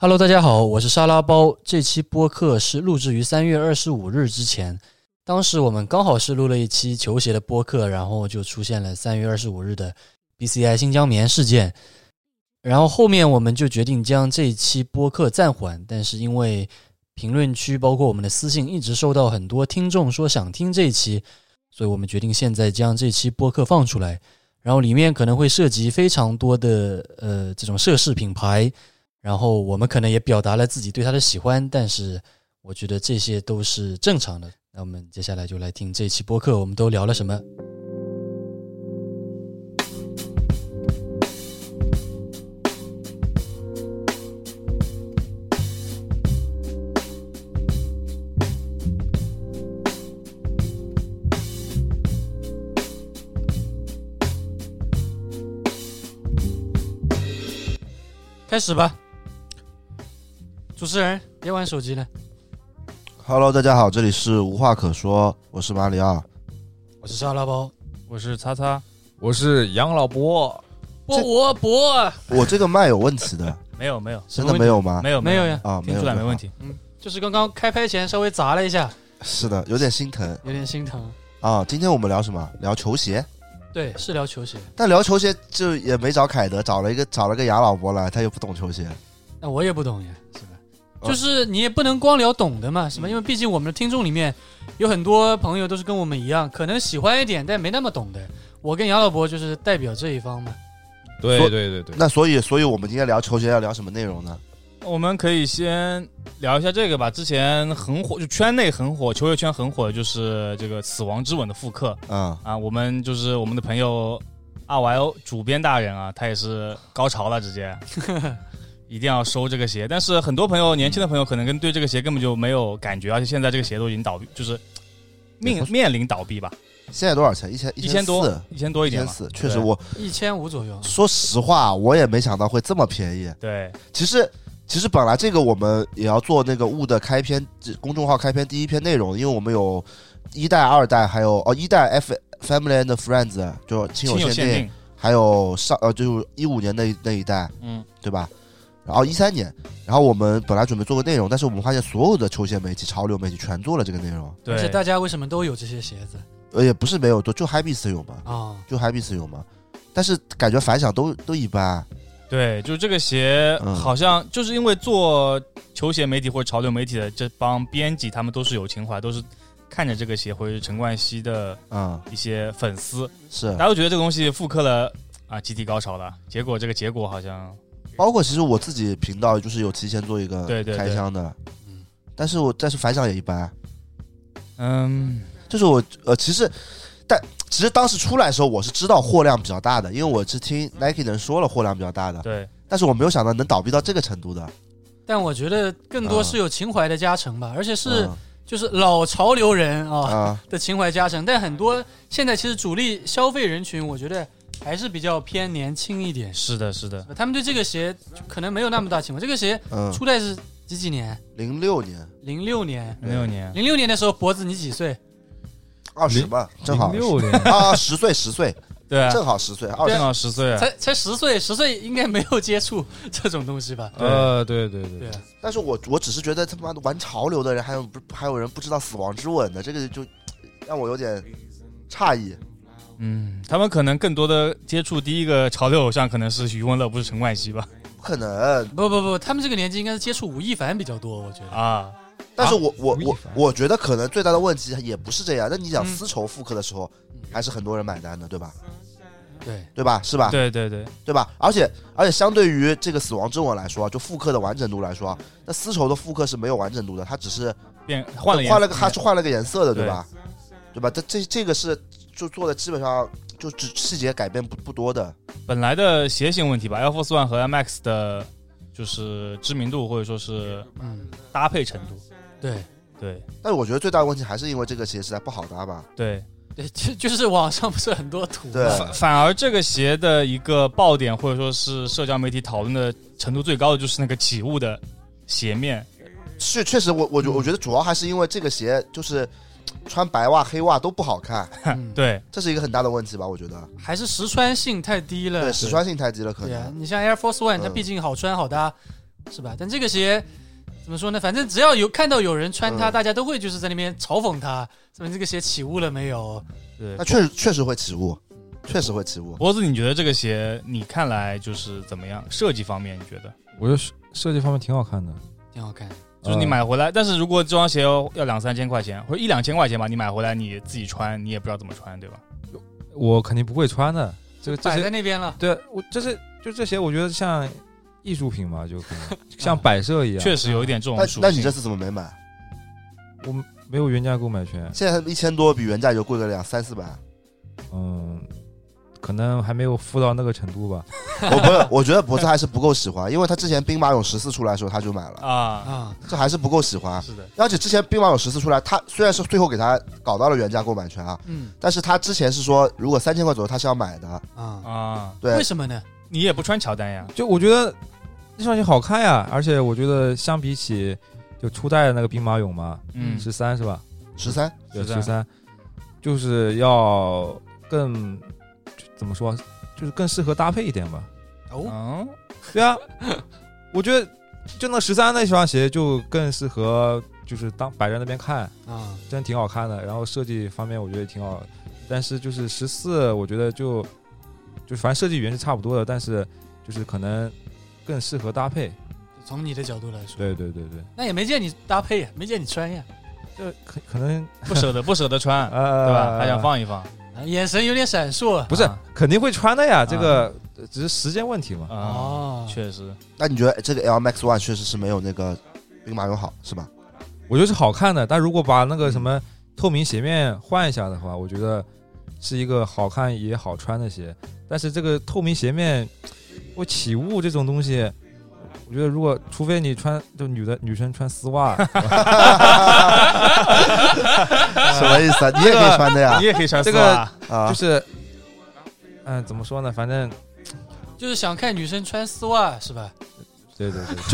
Hello， 大家好，我是沙拉包。这期播客是录制于3月25日之前，当时我们刚好是录了一期球鞋的播客，然后就出现了3月25日的 BCI 新疆棉事件，然后后面我们就决定将这一期播客暂缓，但是因为评论区包括我们的私信一直收到很多听众说想听这一期，所以我们决定现在将这期播客放出来，然后里面可能会涉及非常多的这种涉事品牌，然后我们可能也表达了自己对他的喜欢，但是我觉得这些都是正常的。那我们接下来就来听这期播客我们都聊了什么。开始吧，主持人别玩手机了。 Hello， 大家好，这里是无话可说，我是马里奥， 我是沙拉包， 我是擦擦，我是杨老伯。 我这个麦有问题的， 没有， 真的没有吗？ 没有呀， 啊， 听出来没问题。 就是刚刚开拍前稍微砸了一下， 是的，有点心疼啊。今天我们聊什么？聊球鞋。 对，是聊球鞋， 但聊球鞋就也没找凯德，找了个杨老伯来，他又不懂球鞋。 那我也不懂呀，是吧？就是你也不能光聊懂的嘛，是吧？因为毕竟我们的听众里面有很多朋友都是跟我们一样，可能喜欢一点，但没那么懂的。我跟杨老伯就是代表这一方嘛。 对。 那所以我们今天聊球鞋要聊什么内容呢？ 我们可以先聊一下这个吧。之前很火，就圈内很火，球鞋圈很火的就是这个《死亡之吻》的复刻。我们就是我们的朋友 RYO 主编大人啊，他也是高潮了，直接一定要收这个鞋。但是很多朋友，年轻的朋友可能对这个鞋根本就没有感觉，而且现在这个鞋都已经倒闭，就是面临倒闭吧。 现在多少钱？1000 多一点 ，1400，确实我 1500左右。 说实话，我也没想到会这么便宜。 对， 其实本来这个我们也要做那个雾的开篇公众号开篇第一篇内容，因为我们有1代、2代，还有1代 Family and Friends 就亲友限定，还有就是15年那一代，对吧？然后13年，然后我们本来准备做个内容，但是我们发现所有的球鞋媒体、潮流媒体全做了这个内容。 对，而且大家为什么都有这些鞋子？ 也不是没有，就 Hypebeast 有嘛，就 Hypebeast 有嘛，但是感觉反响都一般。 对，就是这个鞋好像就是因为做球鞋媒体或者潮流媒体的这帮编辑，他们都是有情怀，都是看着这个鞋或者是陈冠希的一些粉丝， 是大家都觉得这个东西复刻了啊，集体高潮了。结果这个结果好像， 包括其实我自己频道就是有提前做一个开箱的，但是反响也一般。就是我其实当时出来的时候，我是知道货量比较大的，因为我是听 Nike 人说了货量比较大的。 对， 但是我没有想到能倒闭到这个程度的。 但我觉得更多是有情怀的加成吧，而且是就是老潮流人的情怀加成。但很多现在其实主力消费人群，我觉得还是比较偏年轻一点。 是的， 他们对这个鞋可能没有那么大情怀。这个鞋出来是几年 ？06 年的时候，脖子你几岁 ？20吧，正好 6年啊，10岁， 对， 正好10岁， 正好10岁， 才10岁应该没有接触这种东西吧？ 对。 但是我只是觉得他妈的玩潮流的人，还有人不知道死亡之吻的，这个就让我有点诧异。 他们可能更多的接触第一个潮流偶像可能是余文乐，不是陈冠希吧？ 不可能， 不，他们这个年纪应该是接触吴亦凡比较多，我觉得啊。 但是我觉得可能最大的问题也不是这样。那你讲丝绸复刻的时候，还是很多人买单的，对吧？对吧？是吧？ 对吧？而且相对于这个死亡之吻来说，就复刻的完整度来说，那丝绸的复刻是没有完整度的，它只是换了个颜色的，对吧？对吧？这个是就做的基本上就只细节改变不多的。 本来的鞋型问题吧 ，Air Force One 和 MX 的就是知名度或者说是搭配程度。对， 但是我觉得最大的问题还是因为这个鞋实在不好搭吧。 对， 就是网上不是很多图， 对， 反而这个鞋的一个爆点或者说是社交媒体讨论的程度最高的就是那个起雾的鞋面。 是确实我觉得主要还是因为这个鞋就是穿白袜黑袜都不好看， 对， 这是一个很大的问题吧？我觉得还是实穿性太低了。 对，实穿性太低了，可能。 你像 Air Force One，它毕竟好穿好搭， 是吧？但这个鞋怎么说呢？反正只要看到有人穿它，大家都会就是在那边嘲讽他，说这个鞋起雾了没有？ 对， 那确实会起雾，确实会起雾。 脖子，你觉得这个鞋你看来就是怎么样？设计方面你觉得？ 我觉得设计方面挺好看的， 挺好看。 就是你买回来，但是如果这双鞋要2-3千块钱，或者1-2千块钱吧，你买回来你自己穿，你也不知道怎么穿，对吧？ 我肯定不会穿的，这摆在那边了。 对，我这鞋，我觉得像艺术品嘛，就可能像摆设一样。 确实有一点这种属性。 那你这次怎么没买？ 我没有原价购买权。 现在1000多，比原价就贵个200-300-400。 可能还没有富到那个程度吧。 我觉得脖子还是不够喜欢，因为他之前兵马俑14出来的时候他就买了啊， 这还是不够喜欢。 是的， 而且之前兵马俑14出来，他虽然是最后给他搞到了原价购买权啊，但是他之前是说如果3000块左右他是要买的啊。 对， 为什么呢？ 你也不穿乔丹呀？ 就我觉得那双鞋好看呀，而且我觉得相比起就初代的那个兵马俑嘛，13是吧 ？13， 对，13，就是要更怎么说？就是更适合搭配一点吧。对啊，我觉得就那13那双鞋就更适合，就是摆在那边看真挺好看的。然后设计方面我觉得也挺好，但是就是14，我觉得就反正设计语言是差不多的，但是就是可能更适合搭配。 从你的角度来说， 对， 那也没见你搭配呀，没见你穿呀， 这可能不舍得穿，对吧？还想放一放。 眼神有点闪烁， 不是肯定会穿的呀，这个只是时间问题嘛。确实。 那你觉得这个 Air Max One 确实是没有那个兵马俑好，是吧？ 我觉得是好看的，但如果把那个什么透明鞋面换一下的话，我觉得是一个好看也好穿的鞋。但是这个透明鞋面会起雾这种东西，我觉得除非你穿就女生穿丝袜， 什么意思啊？你也可以穿的呀， 你也可以穿丝袜就是怎么说呢？反正就是想看女生穿丝袜是吧？ 对，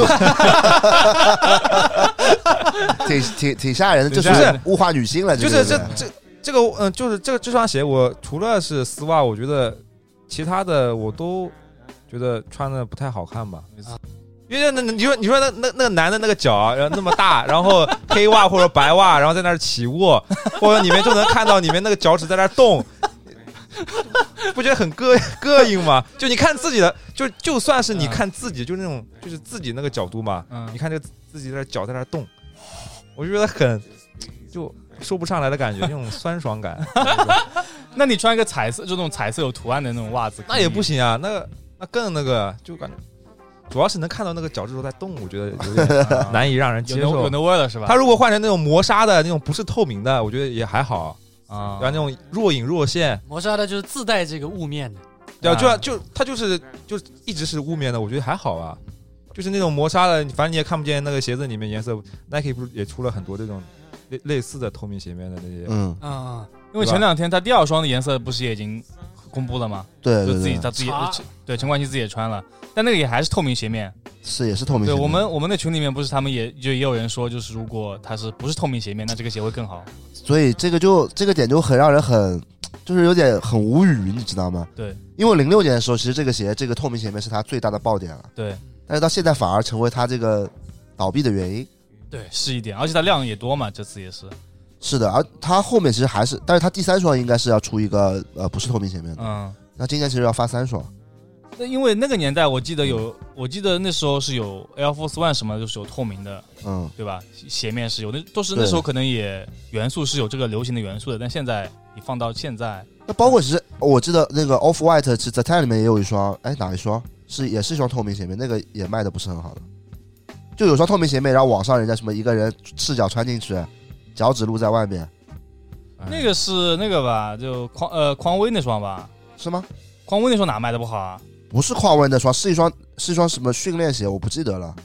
就挺吓人的，就是物化女性了。 就是这个就是这双鞋，我除了是丝袜，我觉得其他的我都觉得穿的不太好看吧。因为你说那个男的那个脚然后那么大，然后黑袜或者白袜，然后在那儿起雾，或者里面就能看到里面那个脚趾在那儿动，不觉得很膈应吗？就你看自己的，就算是你看自己，就那种就是自己那个角度嘛，你看这个自己的脚在那儿动，我就觉得很就说不上来的感觉，那种酸爽感。 那你穿一个彩色，就那种彩色有图案的那种袜子， 那也不行啊，那更那个就感觉。主要是能看到那个脚趾头在动，我觉得有点难以让人接受。 有那味了是吧？ 它如果换成那种磨砂的那种不是透明的，我觉得也还好啊。对吧？那种若隐若现， 磨砂的就是自带这个雾面的。 对啊，它就一直是雾面的，我觉得还好啊。就是那种磨砂的，反正你也看不见那个鞋子里面颜色。Nike 不是也出了很多这种类似的透明鞋面的那些？ 因为前2天它第2双的颜色不是也已经公布了吗？ 对， 就他自己对陈冠希自己也穿了，但那个也还是透明鞋面， 也是透明鞋面。 对，我们那群里面不是他们也有人说，就是如果它不是透明鞋面，那这个鞋会更好。 所以这个点就很让人就是有点很无语，你知道吗？ 对， 因为06年的时候，其实这个透明鞋面是它最大的爆点了。 对， 但是到现在反而成为它这个倒闭的原因。 对，是一点，而且它量也多嘛，这次也是。 是的，而它后面其实还是，但是它第3双应该是要出一个不是透明鞋面的。那今年其实要发3双。 那因为那个年代我记得那时候是有 Air Force One 什么就是有透明的，对吧？鞋面是有，都是那时候可能也元素是有这个流行的元素的，但现在你放到现在， 那包括其实我记得那个 Off White 其实 The Ten 里面也有一双，哪一双也是一双透明鞋面，那个也卖的不是很好的。就有双透明鞋面，然后网上人家什么一个人赤脚穿进去，脚趾露在外面。 那个是那个吧，就匡威那双吧？ 是吗？ 匡威那双哪卖的不好啊？ 不是匡威那双，是一双什么训练鞋，我不记得了。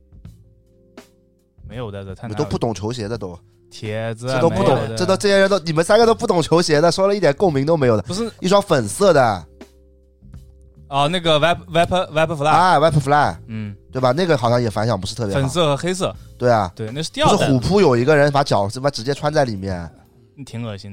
没有的， 你都不懂球鞋的都。 帖子这都不懂，这些人都你们3个都不懂球鞋的，说了一点共鸣都没有的。 不是一双粉色的。 那个 Vaporfly， Vaporfly， 对吧？那个好像也反响不是特别好， 粉色和黑色。 对啊， 对，那是第2代。 不是虎扑有一个人把脚直接穿在里面， 挺恶心的。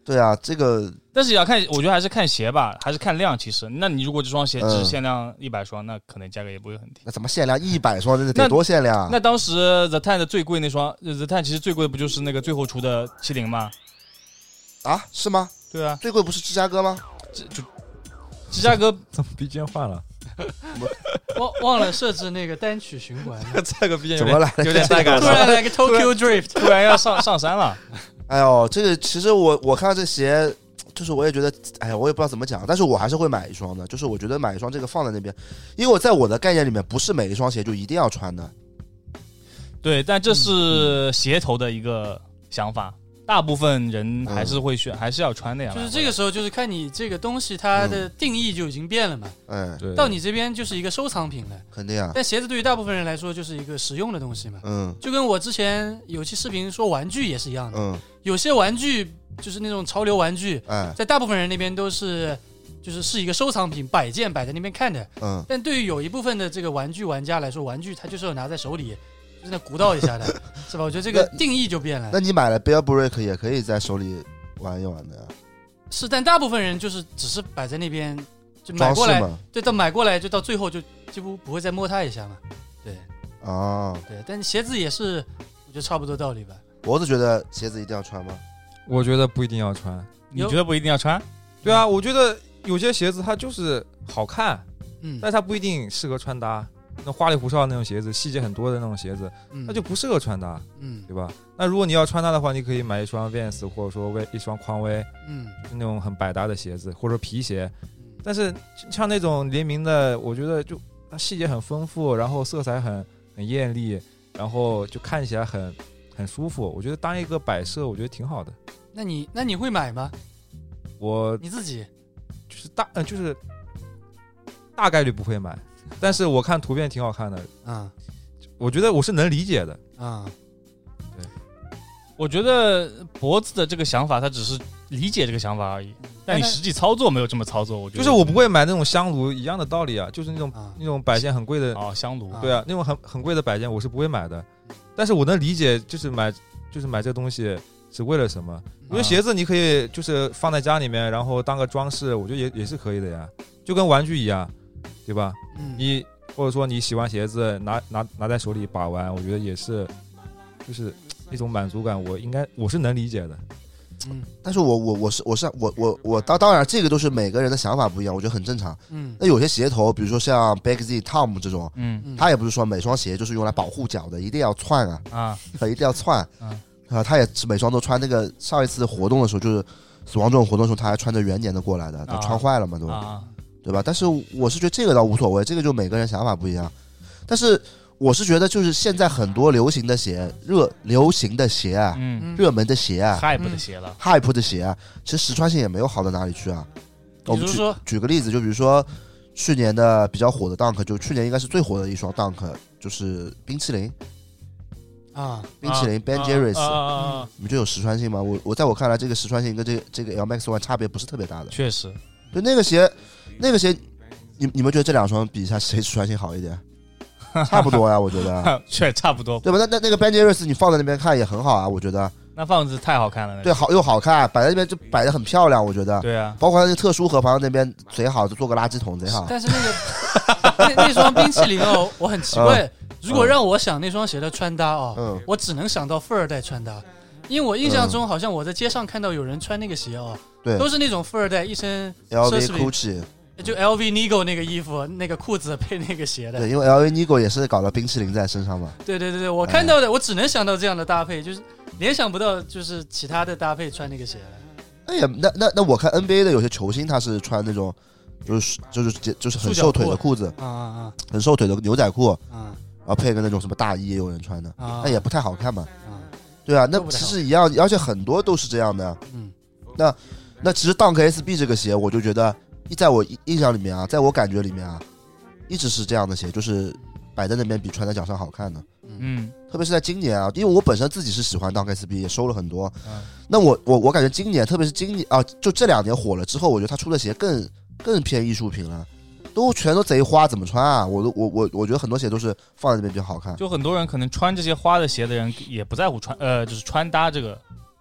对啊，这个但是也要看，我觉得还是看鞋吧，还是看量。其实，那你如果这双鞋只限量100双，那可能价格也不会很低。 那怎么限量100双？那得多限量啊！ 那当时 The Tan 的最贵那双 The Tan 其实最贵的不就是那个最后出的70吗？ 啊，是吗？ 对啊， 最贵不是芝加哥吗？ 芝加哥怎么 BGM 换了？ 忘了设置那个单曲循环， 这个 BGM 怎么来有点带感， 突然来个 Tokyo Drift， 突然要上山了。 哎呦，这个其实我看到这鞋，就是我也觉得，哎呀，我也不知道怎么讲，但是我还是会买一双的。就是我觉得买一双这个放在那边，因为我在我的概念里面，不是每一双鞋就一定要穿的。 对，但这是鞋头的一个想法。大部分人还是会选，还是要穿的呀。 就是这个时候，就是看你这个东西它的定义就已经变了嘛。 对， 到你这边就是一个收藏品了。 肯定啊。 但鞋子对于大部分人来说就是一个实用的东西嘛。 就跟我之前有期视频说玩具也是一样的。有些玩具就是那种潮流玩具，在大部分人那边都是是一个收藏品摆件摆在那边看的。但对于有一部分的这个玩具玩家来说，玩具它就是要拿在手里。就是那鼓捣一下的，是吧？我觉得这个定义就变了。 那你买了 Bear Brick 也可以在手里玩一玩的呀。是， 但大部分人就是只是摆在那边，就买过来，对，到买过来就到最后就几乎不会再摸它一下嘛。对，对，但鞋子也是，我觉得差不多道理吧。 脖子觉得鞋子一定要穿吗？ 我觉得不一定要穿。 你觉得不一定要穿？ 对啊，我觉得有些鞋子它就是好看，但它不一定适合穿搭。那花里胡哨的那种鞋子，细节很多的那种鞋子，那就不适合穿搭，对吧？那如果你要穿搭的话，你可以买一双 Vans 或者说一双匡威，就是那种很百搭的鞋子，或者说皮鞋。但是像那种联名的，我觉得就它细节很丰富，然后色彩很艳丽，然后就看起来很舒服。我觉得当一个摆设，我觉得挺好的。 那你会买吗？你自己就是大概率不会买。但是我看图片挺好看的，我觉得我是能理解的， 对，我觉得脖子的这个想法，他只是理解这个想法而已，但你实际操作没有这么操作。我觉得就是我不会买那种香炉一样的道理啊，就是那种摆件很贵的香炉， 对啊，那种很贵的摆件我是不会买的，但是我能理解，就是买这东西是为了什么？我觉得鞋子你可以就是放在家里面，然后当个装饰，我觉得也是可以的呀，就跟玩具一样。对吧？你或者说你喜欢鞋子，拿在手里把玩，我觉得也是，就是一种满足感。我是能理解的。 但是我当然这个都是每个人的想法不一样，我觉得很正常。那有些鞋头，比如说像 Bagzy Tom 这种，他也不是说每双鞋就是用来保护脚的，一定要窜一定要窜他也是每双都穿。那个上一次活动的时候，就是死亡这种活动的时候，他还穿着元年的过来的，他穿坏了嘛，对吧？但是我是觉得这个倒无所谓，这个就每个人想法不一样。但是我是觉得，就是现在很多流行的鞋、流行的鞋啊，热门的鞋啊 ，hype 的鞋了 ，hype 的鞋啊，其实实穿性也没有好到哪里去啊。 我们举个例子，就比如说去年的比较火的 Dunk， 就去年应该是最火的一双 Dunk， 就是冰淇淋冰淇淋 Ben Jerry's， 你们觉得有实穿性吗？我在我看来，这个实穿性跟这个 Air Max One 差别不是特别大的。 确实， 对那个鞋，你们觉得这两双比一下谁实穿性好一点？差不多呀，我觉得。 确差不多， 对吧？那个 Ben Jerry's 你放在那边看也很好啊，我觉得。 那放置太好看了。 对，又好看，摆在那边就摆得很漂亮，我觉得。 对啊。 包括那个特殊盒旁那边贼好，就做个垃圾桶贼好。 但是那双冰淇淋哦，我很奇怪，如果让我想那双鞋的穿搭哦，我只能想到富二代穿搭。因为我印象中，好像我在街上看到有人穿那个鞋哦， 对， 都是那种富二代，一身 LV Gucci， 就 LV Nigo 那个衣服、那个裤子配那个鞋的。 对，因为 LV Nigo 也是搞了冰淇淋在身上嘛。 对，我看到的，我只能想到这样的搭配，就是联想不到就是其他的搭配穿那个鞋了。 哎呀，那我看 NBA 的有些球星他是穿那种，就是很瘦腿的裤子很瘦腿的牛仔裤然后配个那种什么大衣，也有人穿的那也不太好看嘛对啊，那其实一样，而且很多都是这样的。那其实 Dunk SB 这个鞋，我就觉得在我印象里面啊，在我感觉里面啊，一直是这样的鞋，就是摆在那边比穿在脚上好看的。特别是在今年啊，因为我本身自己是喜欢 Dunk SB， 也收了很多。那我感觉今年，特别是今年啊，就这2年火了之后，我觉得他出的鞋更偏艺术品了。全都贼花，怎么穿啊？我觉得很多鞋都是放在那边比较好看。 就很多人可能穿这些花的鞋的人也不在乎就是穿搭这个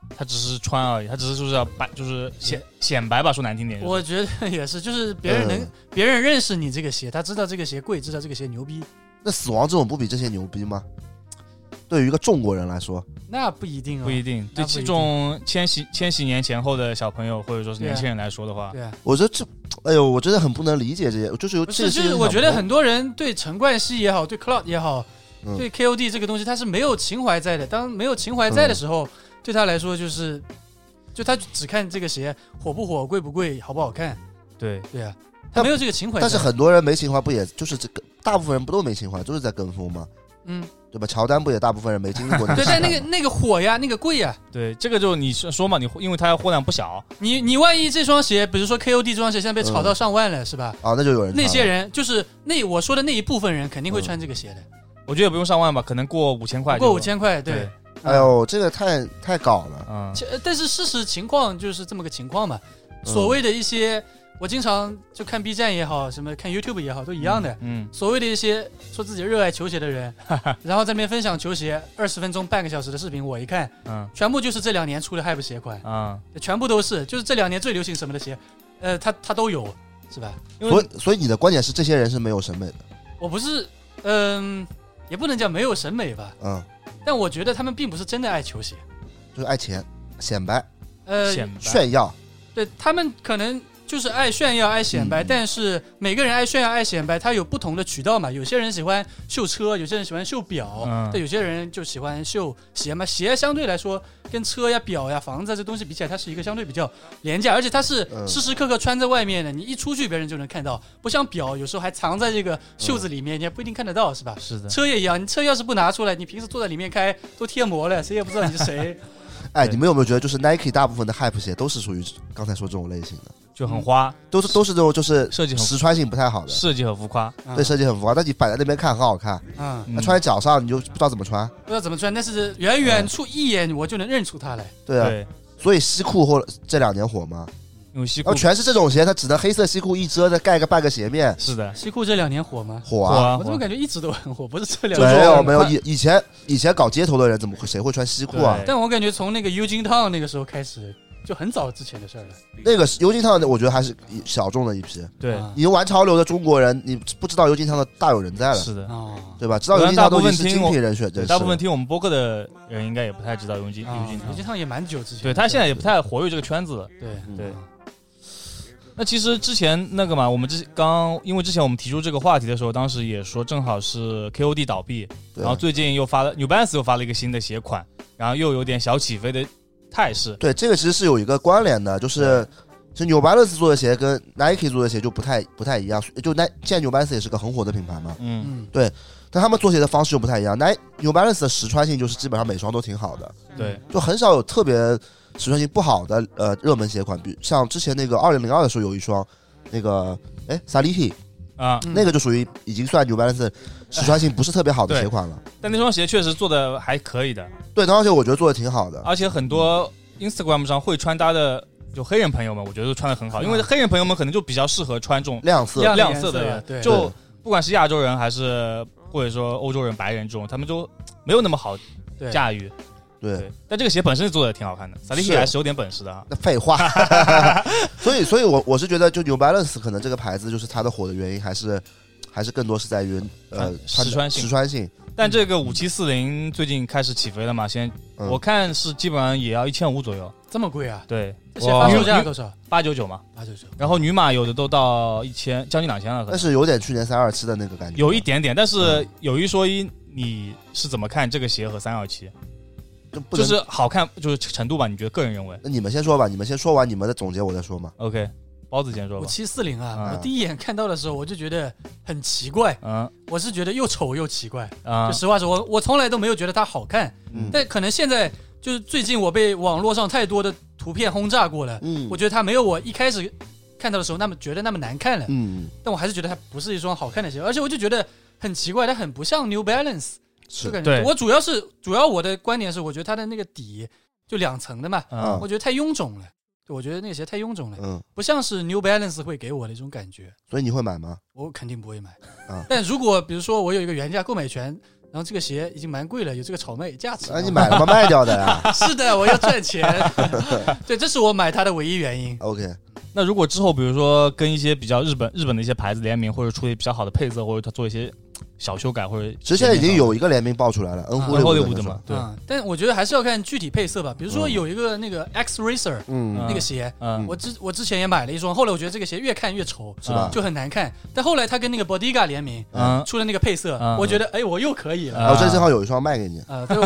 他只是穿而已，他只是就是要白，就是显白吧，说难听点、就是。 我觉得也是，就是别人认识你这个鞋，他知道这个鞋贵，知道这个鞋牛逼。 那死亡这种不比这些牛逼吗？对于一个中国人来说， 那不一定啊， 不一定。对这种千禧年前后的小朋友或者说是年轻人来说的话， 对啊， 我觉得哎呦，我真的很不能理解这些，就是我觉得很多人对陈冠希也好，对 Cloud 也好，对 KOD 这个东西，他是没有情怀在的。当没有情怀在的时候，对他来说就他只看这个鞋火不火、贵不贵、好不好看。 对啊，他没有这个情怀。 但是很多人没情怀，不也就是这个？大部分人不都没情怀，都是在跟风吗？对吧？乔丹不也大部分人没经历过那个？ 对，但那个火呀，那个贵呀。 对，这个就你说嘛，因为它货量不小， 你万一这双鞋，比如说 KOD 这双鞋，现在被炒到上万了，是吧？ 啊，那就有人那些人就是我说的那一部分人肯定会穿这个鞋的。 我觉得不用上万吧，可能过5000块。 过5000块，对。 哎呦，这个太搞了。 但是事实情况就是这么个情况嘛。所谓的一些。我经常就看 B 站也好，什么看 YouTube 也好，都一样的。所谓的一些说自己热爱球鞋的人，然后在那边分享球鞋20分钟、半个小时的视频，我一看，全部就是这2年出的 Hype 鞋款，全部都是，就是这2年最流行什么的鞋，他都有，是吧？ 所以你的观点是这些人是没有审美的？ 我不是，也不能叫没有审美吧，但我觉得他们并不是真的爱球鞋， 就是爱钱、显摆， 炫耀， 对他们可能。就是爱炫耀、爱显摆，但是每个人爱炫耀、爱显摆，他有不同的渠道嘛。有些人喜欢秀车，有些人喜欢秀表，但有些人就喜欢秀鞋嘛。鞋相对来说，跟车呀、表呀、房子这东西比起来，它是一个相对比较廉价，而且它是时时刻刻穿在外面的。你一出去，别人就能看到，不像表，有时候还藏在这个袖子里面，你还不一定看得到，是吧？ 是的。 车也一样，你车要是不拿出来，你平时坐在里面开，都贴膜了，谁也不知道你是谁。 哎，你们有没有觉得，就是 Nike 大部分的 Hype 鞋都是属于刚才说这种类型的？ 就很花， 都是这种就是设计实穿性不太好的， 设计很浮夸， 对，设计很浮夸。但你摆在那边看很好看，那穿在脚上你就不知道怎么穿， 但是远远处一眼我就能认出它来。 对啊，所以西裤这2年火吗？ 因为西裤全是这种鞋，它只能黑色西裤一遮，再盖个半个鞋面。 是的， 西裤这2年火吗？ 火啊！ 我怎么感觉一直都很火？不是这2年？ 没有，以前搞街头的人谁会穿西裤啊？ 但我感觉从那个 Eugene Town 那个时候开始。就很早之前的事了。 那个Eugene Town我觉得还是小众的一批。 对， 已经玩潮流的中国人，你不知道Eugene Town的大有人在了。 是的， 对吧？知道Eugene Town都已经是精品人选。 大部分听我们播客的人应该也不太知道Eugene Town也蛮久之前。 对，他现在也不太活跃这个圈子了。 对。 那其实之前那个嘛，我们因为之前我们提出这个话题的时候，当时也说正好是 KOD 倒闭，然后最近又发了 New Balance 又发了一个新的鞋款，然后又有点小起飞的态势。 对，这个其实是有一个关联的，就是其实 New Balance 做的鞋跟 Nike 做的鞋就不太一样。就现在 New Balance 也是个很火的品牌嘛，对，但他们做鞋的方式就不太一样。New Balance 的实穿性就是基本上每双都挺好的， 对， 就很少有特别实穿性不好的热门鞋款，比像之前那个2002的时候有一双那个Saliti 啊， 那个就属于已经算 New Balance 实穿性不是特别好的鞋款了。 但那双鞋确实做的还可以的。 对，那双鞋我觉得做的挺好的， 而且很多 Instagram 上会穿搭的就黑人朋友们，我觉得都穿的很好，因为黑人朋友们可能就比较适合穿这种亮色的人，就不管是亚洲人还是或者说欧洲人、白人这种，他们就没有那么好驾驭。对，但这个鞋本身做的挺好看的，Saliti 还是有点本事的啊。 那废话，所以我是觉得，就 New Balance 可能这个牌子就是它的火的原因，还是更多是在于实穿性。 但这个5740最近开始起飞了嘛？我看是基本上也要1500左右， 这么贵啊？ 对， 这鞋发售价多少 ？899嘛 ，899。 然后女码有的都到1000，将近2000了。 但是有点去年327的那个感觉， 有一点点。但是有一说一，你是怎么看这个鞋和327？就是好看，就是程度吧？你觉得个人认为？ 那你们先说吧，你们先说完你们的总结，我再说嘛。 OK， 包子先说吧。 5740啊，我第一眼看到的时候我就觉得很奇怪，我是觉得又丑又奇怪就实话说，我从来都没有觉得它好看，但可能现在就是最近我被网络上太多的图片轰炸过了，我觉得它没有我一开始看到的时候觉得那么难看了，但我还是觉得它不是一双好看的鞋，而且我就觉得很奇怪，它很不像 New Balance。 是， 对，我主要我的观点是，我觉得它的那个底就2层的嘛，我觉得太臃肿了。对，我觉得那个鞋太臃肿了，不像是 New Balance 会给我的一种感觉。 所以你会买吗？ 我肯定不会买。但如果比如说我有一个原价购买权， 然后这个鞋已经蛮贵了，有这个炒卖价值。 你买了吗？卖掉的呀？ 是的，我要赚钱。对，这是我买它的唯一原因。 OK。 那如果之后比如说跟一些比较日本的一些牌子联名，或者出一比较好的配色，或者他做一些小修改，或者其实现在已经有一个联名爆出来了 ，N-Hollywood 的嘛，对。 但我觉得还是要看具体配色吧。比如说有一个那个 X Racer， 那个鞋，我之前也买了一双，后来我觉得这个鞋越看越丑， 是吧？ 就很难看。但后来他跟那个 Bottega 联名，出了那个配色，我觉得我又可以了。 我这正好有一双卖给你。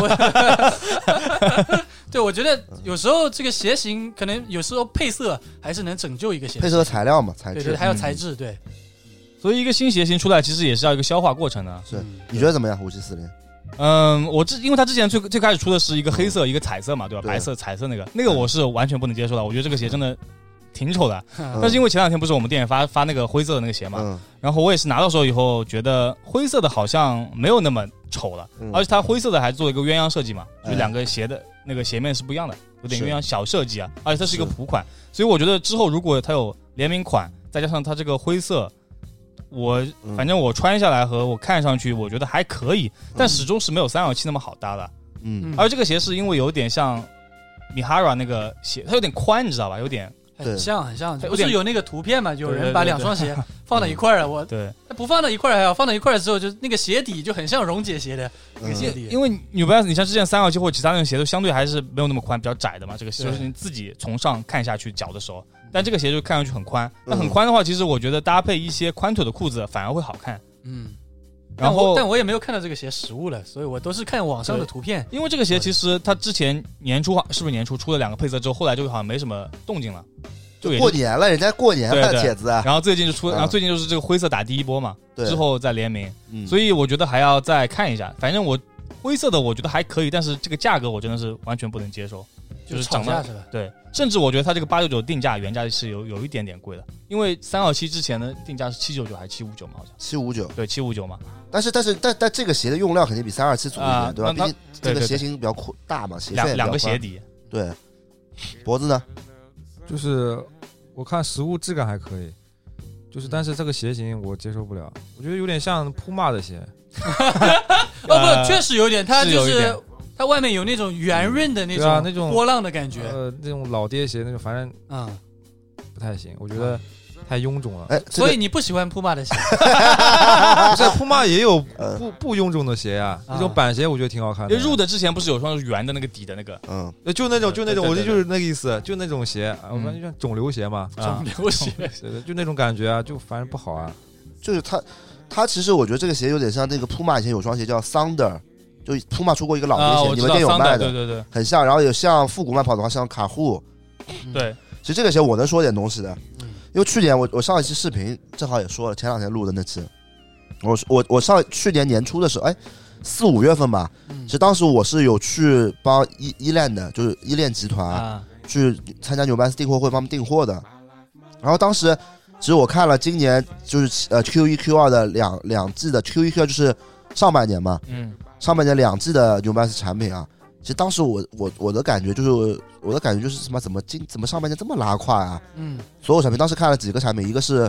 对，我觉得有时候这个鞋型可能有时候配色还是能拯救一个鞋型。 配色材料嘛，材质， 对，还有材质，对。 所以一个新鞋型出来，其实也是要一个消化过程的。 是，你觉得怎么样？5740？ 因为它之前最开始出的是一个黑色，一个彩色嘛，对吧？白色、彩色那个我是完全不能接受的。我觉得这个鞋真的挺丑的。但是因为前两天不是我们店里发那个灰色的那个鞋嘛，然后我也是拿到手以后觉得灰色的好像没有那么丑了，而且它灰色的还做了一个鸳鸯设计嘛，就两个鞋的那个鞋面是不一样的，有点鸳鸯小设计啊，而且它是一个普款，所以我觉得之后如果它有联名款，再加上它这个灰色。反正我穿下来和我看上去，我觉得还可以，但始终是没有327那么好搭的。而这个鞋是因为有点像 Mihara 那个鞋，它有点宽，你知道吧？有点很像，不是有那个图片嘛？有人把两双鞋放到一块儿， 对， 不放到一块儿还好，放到一块儿之后，就那个鞋底就很像溶解鞋的那个鞋底。 因为New Balance，你像之前327或者其他那种鞋都相对还是没有那么宽，比较窄的嘛。这个就是你自己从上看下去脚的时候。但这个鞋就看上去很宽，那很宽的话，其实我觉得搭配一些宽腿的裤子反而会好看。然后但我也没有看到这个鞋实物了，所以我都是看网上的图片。 因为这个鞋其实它之前年初是不是年初出了2个配色之后，后来就好像没什么动静了， 就过年了，人家过年了帖子啊。 然后最近就出，然后最近就是这个灰色打第一波嘛，之后再联名，所以我觉得还要再看一下。反正我灰色的我觉得还可以，但是这个价格我真的是完全不能接受。就是涨价是吧？ 对，甚至我觉得它这个899定价原价是有一点点贵的，因为327之前的定价是799还是759嘛？好像 759， 对，759嘛。 但这个鞋的用料肯定比327足一点，对吧？毕竟这个鞋型比较大嘛，鞋楦两个鞋底。 对，脖子呢？ 就是我看实物质感还可以，但是这个鞋型我接受不了，我觉得有点像Puma的鞋。 不，确实有点，它就是。它外面有那种圆润的那种波浪的感觉， 那种老爹鞋那种，反正不太行，我觉得太臃肿了。 所以你不喜欢 Puma 的鞋？ 不是，Puma 也有不臃肿的鞋呀，那种板鞋我觉得挺好看的。 入的之前不是有双圆的那个底的那个， 就那种，我就是那个意思，就那种鞋，我反正就像肿瘤鞋嘛， 肿瘤鞋， 就那种感觉啊，就反正不好啊。 就是它其实我觉得这个鞋有点像那个 Puma 以前有双鞋叫 Thunder。就Puma 出过一个老爹鞋，你们店有卖的， 对， 很像。然后有像复古慢跑的话，像卡户， 对。 其实这个鞋我能说点东西的，因为去年我上一期视频正好也说了，前2天录的那期，我去年年初的时候，4、5月份吧，其实当时我是有去帮依恋的，就是依恋集团去参加New Balance订货会，帮他们订货的。然后当时其实我看了今年就是Q1、Q2 的两季的 Q1、Q2 就是上半年嘛，上半年2季的New Balance产品啊，其实当时我的感觉就是什么怎么上半年这么拉胯啊？所有产品当时看了几个产品，一个是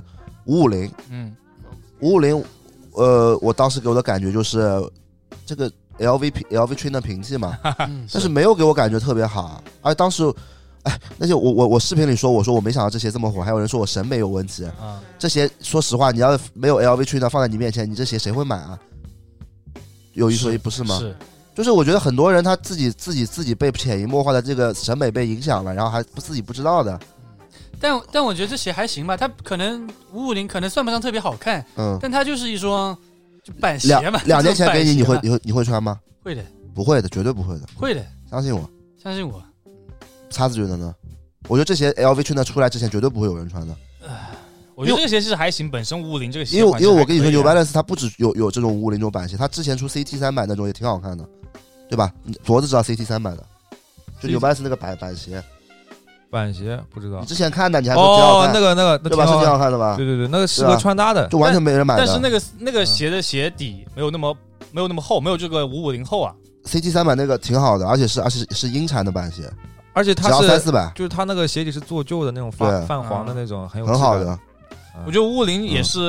550，550，我当时给我的感觉就是这个 LV 吹的平替嘛，但是没有给我感觉特别好，而当时。那些我视频里说，我说我没想到这鞋这么火，还有人说我审美有问题。这鞋说实话，你要没有 LV 吹呢放在你面前，你这鞋谁会买啊？有一说一，不是吗？是，就是我觉得很多人他自己被潜移默化的这个审美被影响了，然后还自己不知道的。 但我觉得这鞋还行吧，它可能550可能算不上特别好看，但它就是一双就板鞋嘛。2 年前给你会穿吗？ 会的， 不会的，绝对不会的， 会的， 相信我。 叉子觉得呢？我觉得这鞋 LV 圈的出来之前绝对不会有人穿的。 我觉得这个鞋其实还行，本身550这个鞋， 因为我跟你说 New Balance 它不止有这种550这种板鞋，它之前出 CT300那种也挺好看的，对吧？脖子知道 CT300的，就 New Balance 那个板鞋。 板鞋不知道， 你之前看的你还不挺好看？ 那个对吧？是挺好看的吧？ 对，那个适合穿搭的， 就完全没人买的。 但是那个鞋的鞋底没有那么厚，没有这个550厚啊。 CT300那个挺好的，而且是英产的板鞋， 而且它是300-400， 就是它那个鞋底是做旧的那种泛黄的那种，很好的。 我觉得550也是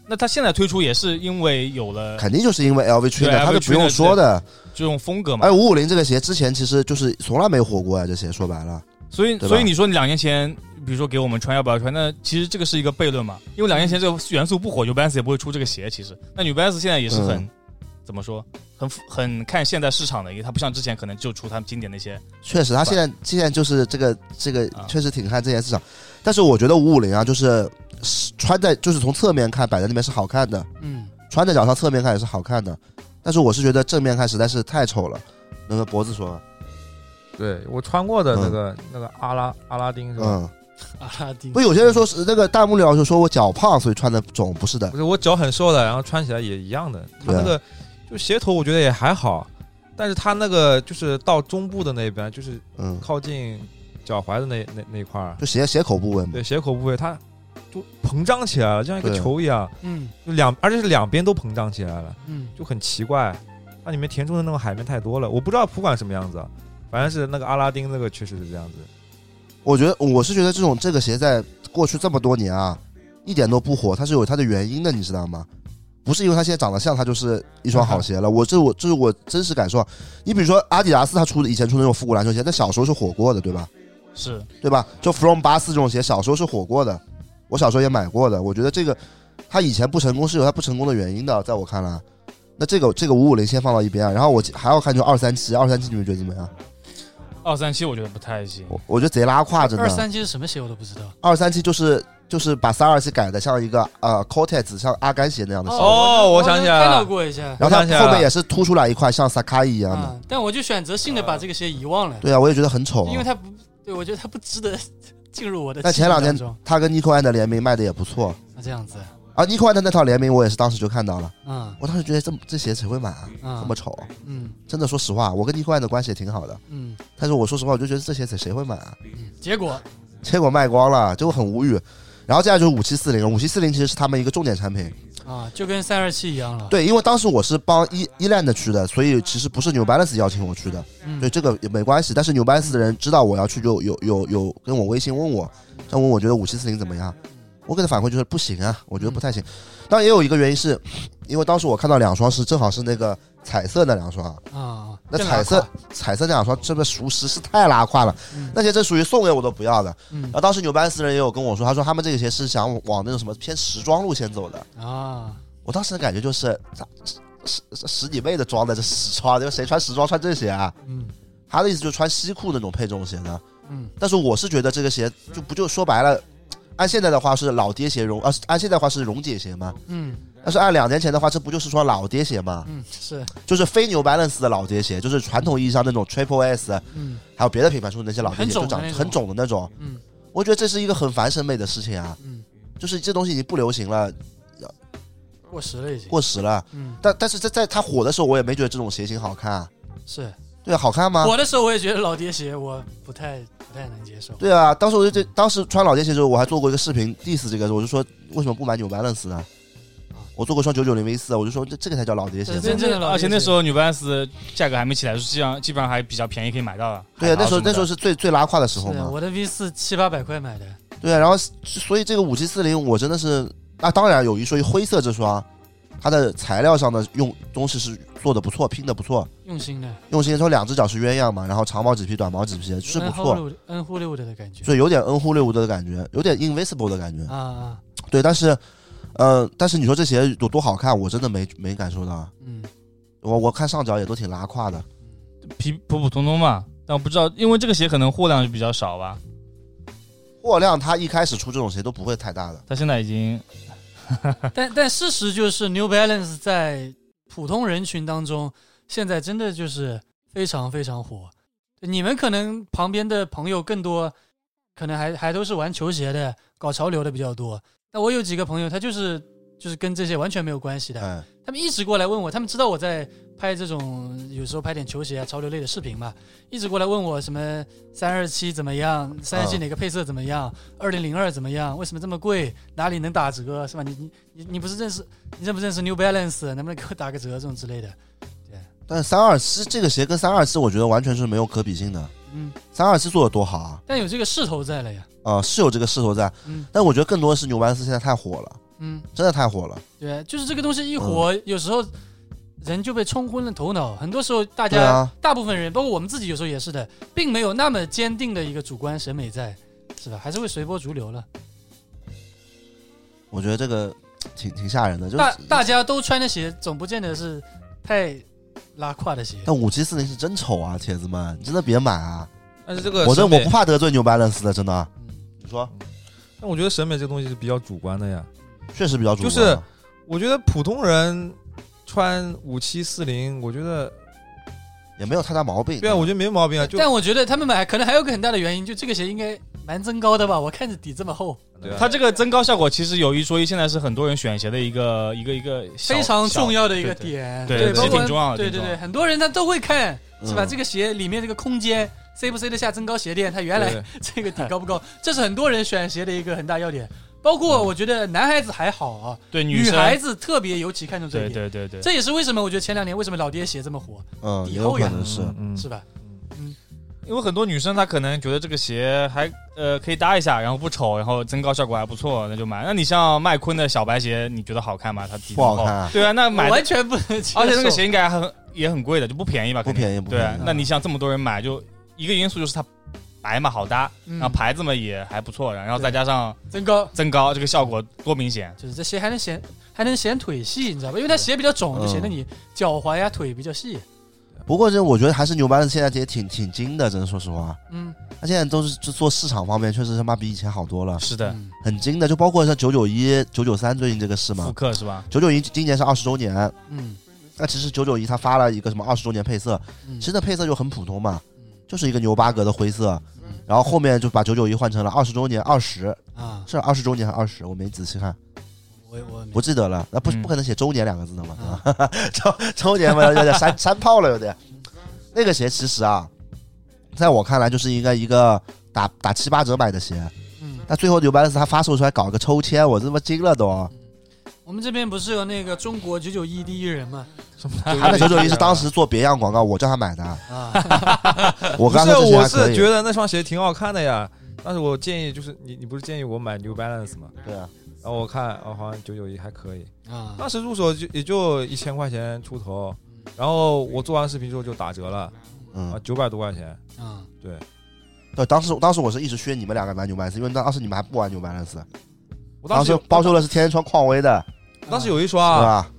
那他现在推出也是因为有了， 肯定就是因为 LV 吹的，他就不用说的这种风格嘛。 而550这个鞋之前其实就是从来没火过呀，这鞋说白了。 所以你说你2年前，比如说给我们穿要不要穿？那其实这个是一个悖论嘛，因为2年前这个元素不火 ，New Balance 也不会出这个鞋。其实，那 New Balance 现在也是很。怎么说？很看现在市场的一个，它不像之前可能就出他们经典那些。 确实，他现在就是这个确实挺看这件市场。但是我觉得550啊，就是穿在就是从侧面看摆在那边是好看的，穿在脚上侧面看也是好看的。但是我是觉得正面看实在是太丑了。那个脖子说， 对我穿过的那个阿拉丁是吧？ 阿拉丁不，有些人说是那个弹幕里老师说我脚胖所以穿的肿，不是的， 不是我脚很瘦的，然后穿起来也一样的。他那个就鞋头我觉得也还好，但是他那个就是到中部的那边，就是靠近脚踝的那块儿， 就鞋口部位嘛。 对，鞋口部位它就膨胀起来了，就像一个球一样。就而且是两边都膨胀起来了。就很奇怪，它里面填充的那种海绵太多了。我不知道普管什么样子，反正是那个阿拉丁那个确实是这样子。 我是觉得这个鞋在过去这么多年啊，一点都不火，它是有它的原因的，你知道吗？不是因为它现在长得像，它就是一双好鞋了。这是我真实感受。你比如说阿迪达斯，它以前出的那种复古篮球鞋，在小时候是火过的，对吧？ 是， 对吧？就 From 84这种鞋，小时候是火过的，我小时候也买过的。我觉得这个它以前不成功是有它不成功的原因的，在我看来。那这个550先放到一边，然后我还要看就237，你们觉得怎么样 ？237我觉得不太行， 我觉得贼拉胯，真的。 237是什么鞋我都不知道。 237就是把327改的像一个Cortez 像阿甘鞋那样的鞋。 我想起来了， 看到过一下。 然后它后面也是凸出来一块像 Sakai 一样的。 但我就选择性的把这个鞋遗忘了。 对啊，我也觉得很丑。 因为它不对，我觉得它不值得进入我的。 但前2天他跟 Nico and 的联名卖的也不错。 这样子。 Nico and 的那套联名我也是当时就看到了。我当时觉得这鞋谁会买啊？这么丑。真的说实话，我跟 Nico and 的关系也挺好的。但是我说实话，我就觉得这鞋谁会买啊？ 结果卖光了，就很无语。然后接下来就是5740其实是他们一个重点产品就跟327一样了。 对，因为当时我是帮Eland去的，所以其实不是 New Balance 邀请我去的，对这个也没关系。但是 New Balance 的人知道我要去，就有跟我微信问我，问我觉得5740怎么样，我给他反馈就是不行啊，我觉得不太行。当然也有一个原因是，因为当时我看到2双是正好是那个彩色那2双那彩色那2双真的属实是太拉胯了，那些真属于送给我都不要的。然后当时纽班斯人也有跟我说，他说他们这个鞋是想往那种什么偏时装路线走的我当时的感觉就是十几倍的装的这时装，谁穿时装穿这鞋啊？他的意思就是穿西裤那种配这种鞋的。但是我是觉得这个鞋就说白了，按现在的话是老爹鞋按现在的话是溶解鞋嘛。但是按2年前的话，这不就是双老爹鞋吗？ 是， 就是非New Balance的老爹鞋，就是传统意义上那种 Triple S，还有别的品牌出的那些老爹鞋，就长很肿的那种。我觉得这是一个很反审美的事情啊。就是这东西已经不流行了， 过时了已经。 过时了。但是在它火的时候，我也没觉得这种鞋型好看。 是， 对啊，好看吗？ 火的时候我也觉得老爹鞋我不太能接受。 对啊，当时穿老爹鞋的时候，我还做过一个视频 diss 这个，我就说为什么不买 New Balance 呢？我做过双990 V4，我就说这个才叫老爹鞋。 而且那时候 New Balance 价格还没起来，基本上还比较便宜，可以买到了。 对啊，那时候是最拉胯的时候嘛。 我的 V4 700-800块买的。 对啊，然后所以这个5740我真的是当然有一说一，灰色这双它的材料上的用东西是做的不错，拼的不错， 用心的。 说2只脚是鸳鸯嘛，然后长毛麂皮短毛麂皮是不错， 恩护六的感觉， 所以有点恩护六的感觉，有点 Invisible 的感觉对，但是你说这鞋有多好看，我真的没感受到。我看上脚也都挺拉胯的， 普普通通嘛。但我不知道，因为这个鞋可能货量就比较少吧。 货量它一开始出这种鞋都不会太大的， 它现在已经但事实就是 New Balance 在普通人群当中现在真的就是非常非常火。你们可能旁边的朋友更多可能还都是玩球鞋的，搞潮流的比较多。那我有几个朋友他就是跟这些完全没有关系的，他们一直过来问我，他们知道我在拍这种有时候拍点球鞋潮流类的视频嘛，一直过来问我什么327怎么样，327哪个配色怎么样，2002怎么样，为什么这么贵，哪里能打折是吧？你不是你认不认识 New Balance， 能不能给我打个折这种之类的。对， 但是327这个鞋跟327我觉得完全是没有可比性的。327做的多好啊， 但有这个势头在了呀。 是有这个势头在，但我觉得更多的是New Balance现在太火了。 真的太火了。 对，就是这个东西一火，有时候人就被冲昏了头脑。很多时候大家大部分人，包括我们自己，有时候也是的，并没有那么坚定的一个主观审美在，是吧？还是会随波逐流了。 我觉得这个挺吓人的，就是大家都穿的鞋，总不见得是太拉胯的鞋。 但5740是真丑啊，铁子们，你真的别买啊！ 但是这个我不怕得罪 New Balance 的，真的。你说？ 但我觉得审美这个东西是比较主观的呀， 确实比较主观。 就是我觉得普通人穿5740，我觉得也没有太大毛病。 对啊，我觉得没毛病啊。 但我觉得他们买可能还有个很大的原因，就这个鞋应该蛮增高的吧？我看着底这么厚。 对啊， 它这个增高效果其实有一说一，现在是很多人选鞋的一个非常重要的一个点。 对， 包括挺重要的。 对，很多人他都会看，是吧？这个鞋里面这个空间塞不塞得下增高鞋垫？它原来这个底高不高？这是很多人选鞋的一个很大要点。包括我觉得男孩子还好啊， 对， 女孩子特别尤其看重这一点。 对， 这也是为什么我觉得前2年为什么老爹鞋这么火，底厚呀， 是吧？ 因为很多女生她可能觉得这个鞋还可以搭一下，然后不丑，然后增高效果还不错，那就买。那你像麦昆的小白鞋，你觉得好看吗？它底不好看。 对啊，那买完全不能接受。 而且那个鞋应该也很贵的，就不便宜吧？ 不便宜。 对，那你像这么多人买，就一个因素就是它白嘛，好搭，然后牌子嘛也还不错，然后再加上增高，这个效果多明显。 就是这鞋还能显腿细，你知道吧？因为它鞋比较肿，就显得你脚踝呀腿比较细。 不过我觉得还是New Balance现在也挺精的，真的说实话。他现在都是做市场方面，确实他妈比以前好多了。 是的， 很精的，就包括像991、993最近这个是嘛？ 复刻是吧 ？991今年是20周年。那其实991他发了一个什么20周年配色，其实那配色就很普通嘛，就是一个牛8格的灰色，然后后面就把991换成了20周年20啊，是20周年还是20？我没仔细看。我不记得了，那不可能写周年2个字的嘛？周年嘛，有点山炮了，有点。那个鞋其实啊，在我看来就是应该一个打7、8折买的鞋。但最后New Balance他发售出来搞个抽签，我他妈惊了都。 我们这边不是有那个中国991第一人吗？ 他的991是当时做别样广告，我叫他买的。我是觉得那双鞋挺好看的呀，但是我建议就是你不是建议我买 New Balance 吗？ 对啊。 然后我看好像991还可以啊，当时入手也就1000块钱出头，然后我做完视频之后就打折了，900多块钱对， 当时我是一直削你们2个买 New Balance，因为当时你们还不玩 New Balance， 我当时包修的是天天穿匡威的， 当时有一双是吧？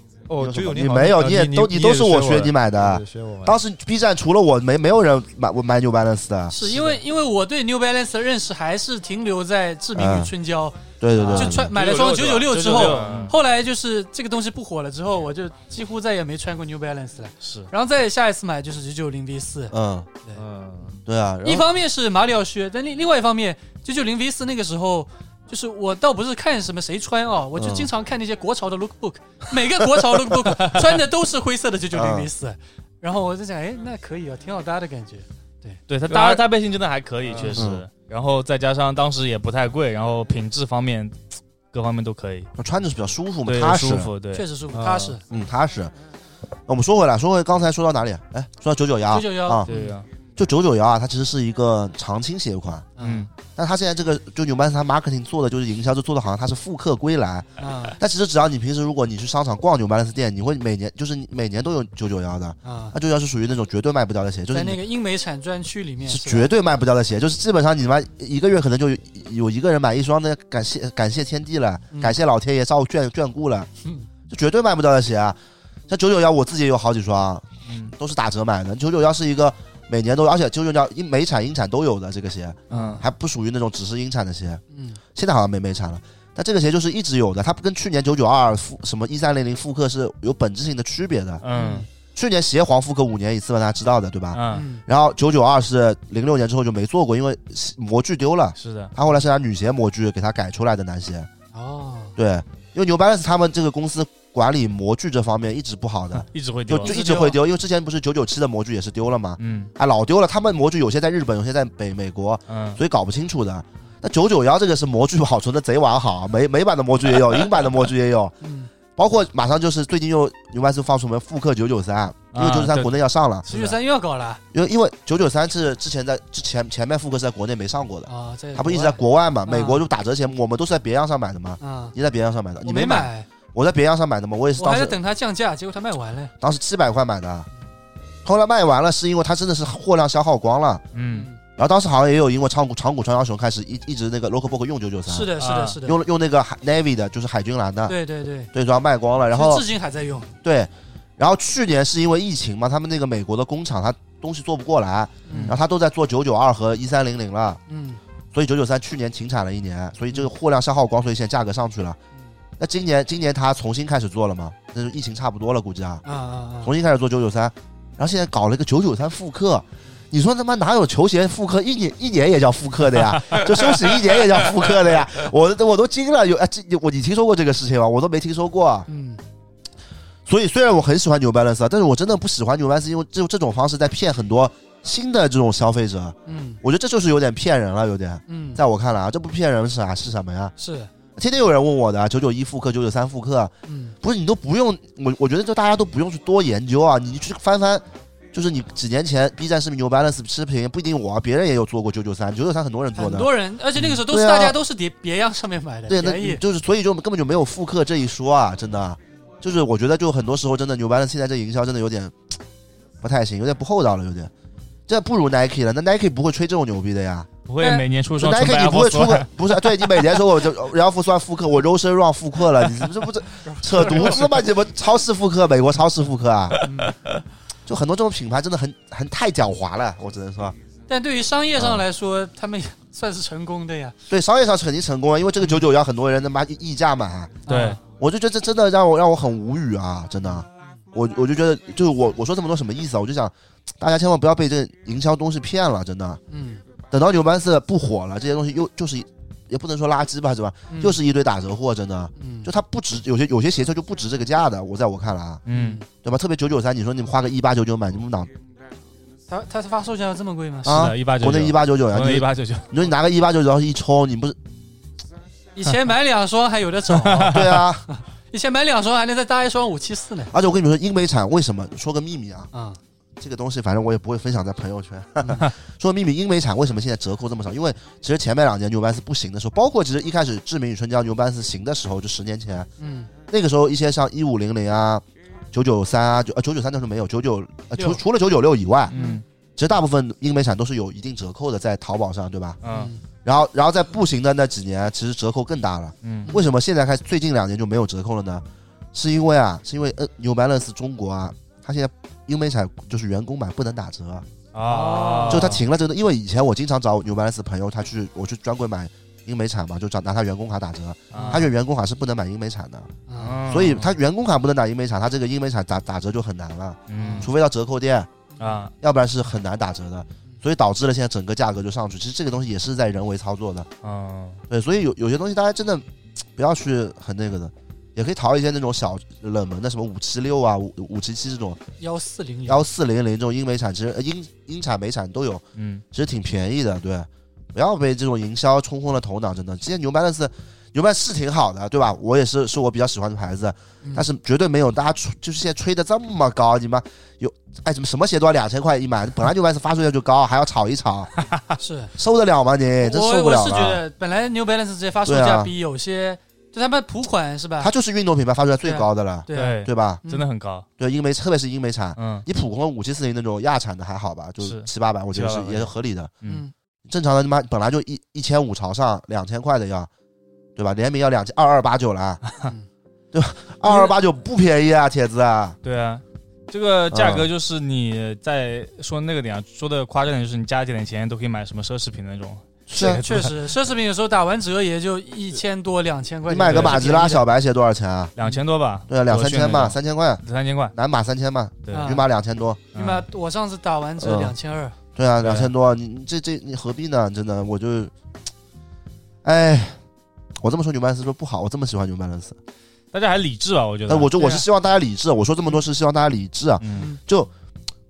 991 你没有，你都是我学你买的。当时 B 站除了我没有人买 New Balance 的， 是因为我对 New Balance 的认识还是停留在志明与春娇。 对， 就买了双996之后，后来就是这个东西不火了之后，我就几乎再也没穿过 New Balance 了。 是， 然后再下一次买就是990 V4。 对啊。 一方面是马里奥靴，但另外一方面990 V4那个时候。就是我倒不是看什么谁穿啊，我就经常看那些国潮的 lookbook，每个国潮 lookbook 穿的都是灰色的990 V4，然后我就想，那可以啊，挺好搭的感觉。 对，它搭配性真的还可以，确实。然后再加上当时也不太贵，然后品质方面各方面都可以， 穿着是比较舒服嘛， 踏实，舒服，对， 确实舒服，踏实， 踏实。我们说回刚才说到哪里？说到991 啊， 对呀。 就991啊，它其实是一个常青鞋款，但它现在这个就New Balance它 marketing 做的就是营销，就做的好像它是复刻归来，但其实只要你平时如果你去商场逛New Balance店，你会每年都有991的，那991是属于那种绝对卖不掉的鞋，就是在那个英美产专区里面是绝对卖不掉的鞋，就是基本上你妈一个月可能就有一个人买一双的，感谢天地了，感谢老天爷照眷顾了，就绝对卖不掉的鞋啊。像991我自己也有好几双，都是打折买的。991是一个每年都有，而且991美产英产都有的这个鞋，还不属于那种只是英产的鞋，现在好像没美产了。但这个鞋就是一直有的，它跟去年992什么1300复刻是有本质性的区别的。去年鞋皇复刻5年一次嘛，大家知道的对吧？然后992是06年之后就没做过，因为模具丢了。 是的， 他后来是拿女鞋模具给他改出来的男鞋。对，因为New Balance他们这个公司管理模具这方面一直不好的， 一直会丢， 就一直会丢。因为之前不是997的模具也是丢了吗？老丢了。他们模具有些在日本，有些在美国，所以搞不清楚的。那991这个是模具保存的贼完好，美版的模具也有，英版的模具也有。 包括马上就是最近又New Balance放出我们复刻993，因为993国内要上了 ，993又要搞了， 因为993是之前面复刻是在国内没上过的啊， 它不一直在国外嘛，美国就打折前我们都是在别样上买的嘛，你在别样上买的，你没买，我在别样上买的嘛，我也是， 我还在等它降价，结果它卖完了， 当时700块买的，后来卖完了是因为它真的是货量消耗光了，然后当时好像也有因为长谷川洋雄开始一直那个 local book 用993， 是的， 用那个 Navy 的，就是海军蓝的， 对， 然后卖光了，然后至今还在用。 对，然后去年是因为疫情嘛，他们那个美国的工厂它东西做不过来，然后他都在做992和1300了，所以993去年停产了1年，所以这个货量消耗光，所以现在价格上去了。那今年他重新开始做了嘛？那就疫情差不多了，估计重新开始做993，然后现在搞了一个993复刻。你说他妈哪有球鞋复刻一年也叫复刻的呀？就休息1年也叫复刻的呀？我都惊了，你听说过这个事情吗？我都没听说过。所以虽然我很喜欢New Balance，但是我真的不喜欢New Balance，因为这种方式在骗很多新的这种消费者。我觉得这就是有点骗人了，有点。在我看来啊，这不骗人是什么呀？ 是。 天天有人问我的991复刻、993复刻，不是你都不用，我觉得就大家都不用去多研究啊，你去翻翻。就是你几年前 B 站视频 New Balance 视频不一定我，别人也有做过993很多人做的， 很多人，而且那个时候都是大家都是别样上面买的， 对，那就是所以就根本就没有复刻这一说啊，真的，就是我觉得就很多时候真的 New Balance 现在这营销真的有点不太行，有点不厚道了，有点，这不如 Nike 了，那 Nike 不会吹这种牛逼的呀， 不会每年出双 Nike 你不会出个不是对你每年说我就然后算复刻，我 Rose Run 复刻了，你这不是扯犊子吗？你们超市复刻，美国超市复刻啊？就很多这种品牌真的很太狡猾了，我只能说。 但对于商业上来说，他们算是成功的呀。 对，商业上是肯定成功啊，因为这个991很多人他妈溢价买。 对， 我就觉得这真的让我很无语啊，真的。我就觉得，就是我说这么多什么意思啊？我就想，大家千万不要被这营销东西骗了，真的。等到New Balance不火了，这些东西又就是。也不能说垃圾吧，是吧？就是一堆打折货，真的，就它不值，有些鞋车就不值这个价的，在我看来啊，对吧？特别993，你说你们花个1899买，你们哪？ 它发售价这么贵吗？ 是的，1899， 国内1899呀， 国内1899。 你说你拿个1899，然后一抽，你不是以前买2双还有的找？ 对啊， 以前买2双还能再搭一双574呢。 而且我跟你们说，英美产为什么？说个秘密啊，这个东西反正我也不会分享在朋友圈。说秘密，英美产为什么现在折扣这么少？因为其实前面2年New Balance不行的时候，包括其实一开始志明与春娇New Balance行的时候，就10年前，那个时候一些像1500啊、993啊，993那时候没有，99除了996以外，其实大部分英美产都是有一定折扣的，在淘宝上，对吧？然后在不行的那几年，其实折扣更大了。为什么现在最近2年就没有折扣了呢？是因为New Balance 中国啊，它现在英美产就是员工买不能打折啊，就他停了这个，因为以前我经常找New Balance 朋友，我去专柜买英美产嘛，就拿他员工卡打折，他觉得员工卡是不能买英美产的，所以他员工卡不能打英美产，他这个英美产打折就很难了，除非到折扣店啊，要不然是很难打折的，所以导致了现在整个价格就上去。其实这个东西也是在人为操作的，对，所以有些东西大家真的不要去很那个的。也可以淘一些那种小冷门的，什么576啊、577这种1400这种英美产，其实英产美产都有，其实挺便宜的，对，不要被这种营销冲昏了头脑，真的。今天New Balance是挺好的，对吧？我也是我比较喜欢的牌子，但是绝对没有大家就是现在吹的这么高，你妈有什么鞋都要2000块一买，本来New Balance发售价就高，还要炒一炒， 是受得了吗？你真受不了了。 我是觉得本来New Balance这些发售价比有些。就他们普款是吧？它就是运动品牌发出来最高的了，对吧？ 真的很高。 对，特别是英美产，你普款5740那种亚产的还好吧，就700-800，我觉得也是合理的。正常的他妈本来就1500朝上，2000块的要，对吧？联名要2289了，对吧？2289不便宜啊，铁子啊。 对啊，这个价格就是你在说那个点说的夸张点，就是你加点钱都可以买什么奢侈品那种。 是，确实，奢侈品有时候打完折也就1000多、2000块。 你买个马吉拉小白鞋多少钱啊 ？2000多吧。 对啊，2-3千吧，3000块。 3000块， 男码3000吧，女码2000多。 女码我上次打完折2200。 对啊，2000多，你你何必呢？真的，我就，我这么说New Balance说不好，我这么喜欢New Balance。 大家还理智啊，我觉得。 我是希望大家理智。我说这么多是希望大家理智啊，就。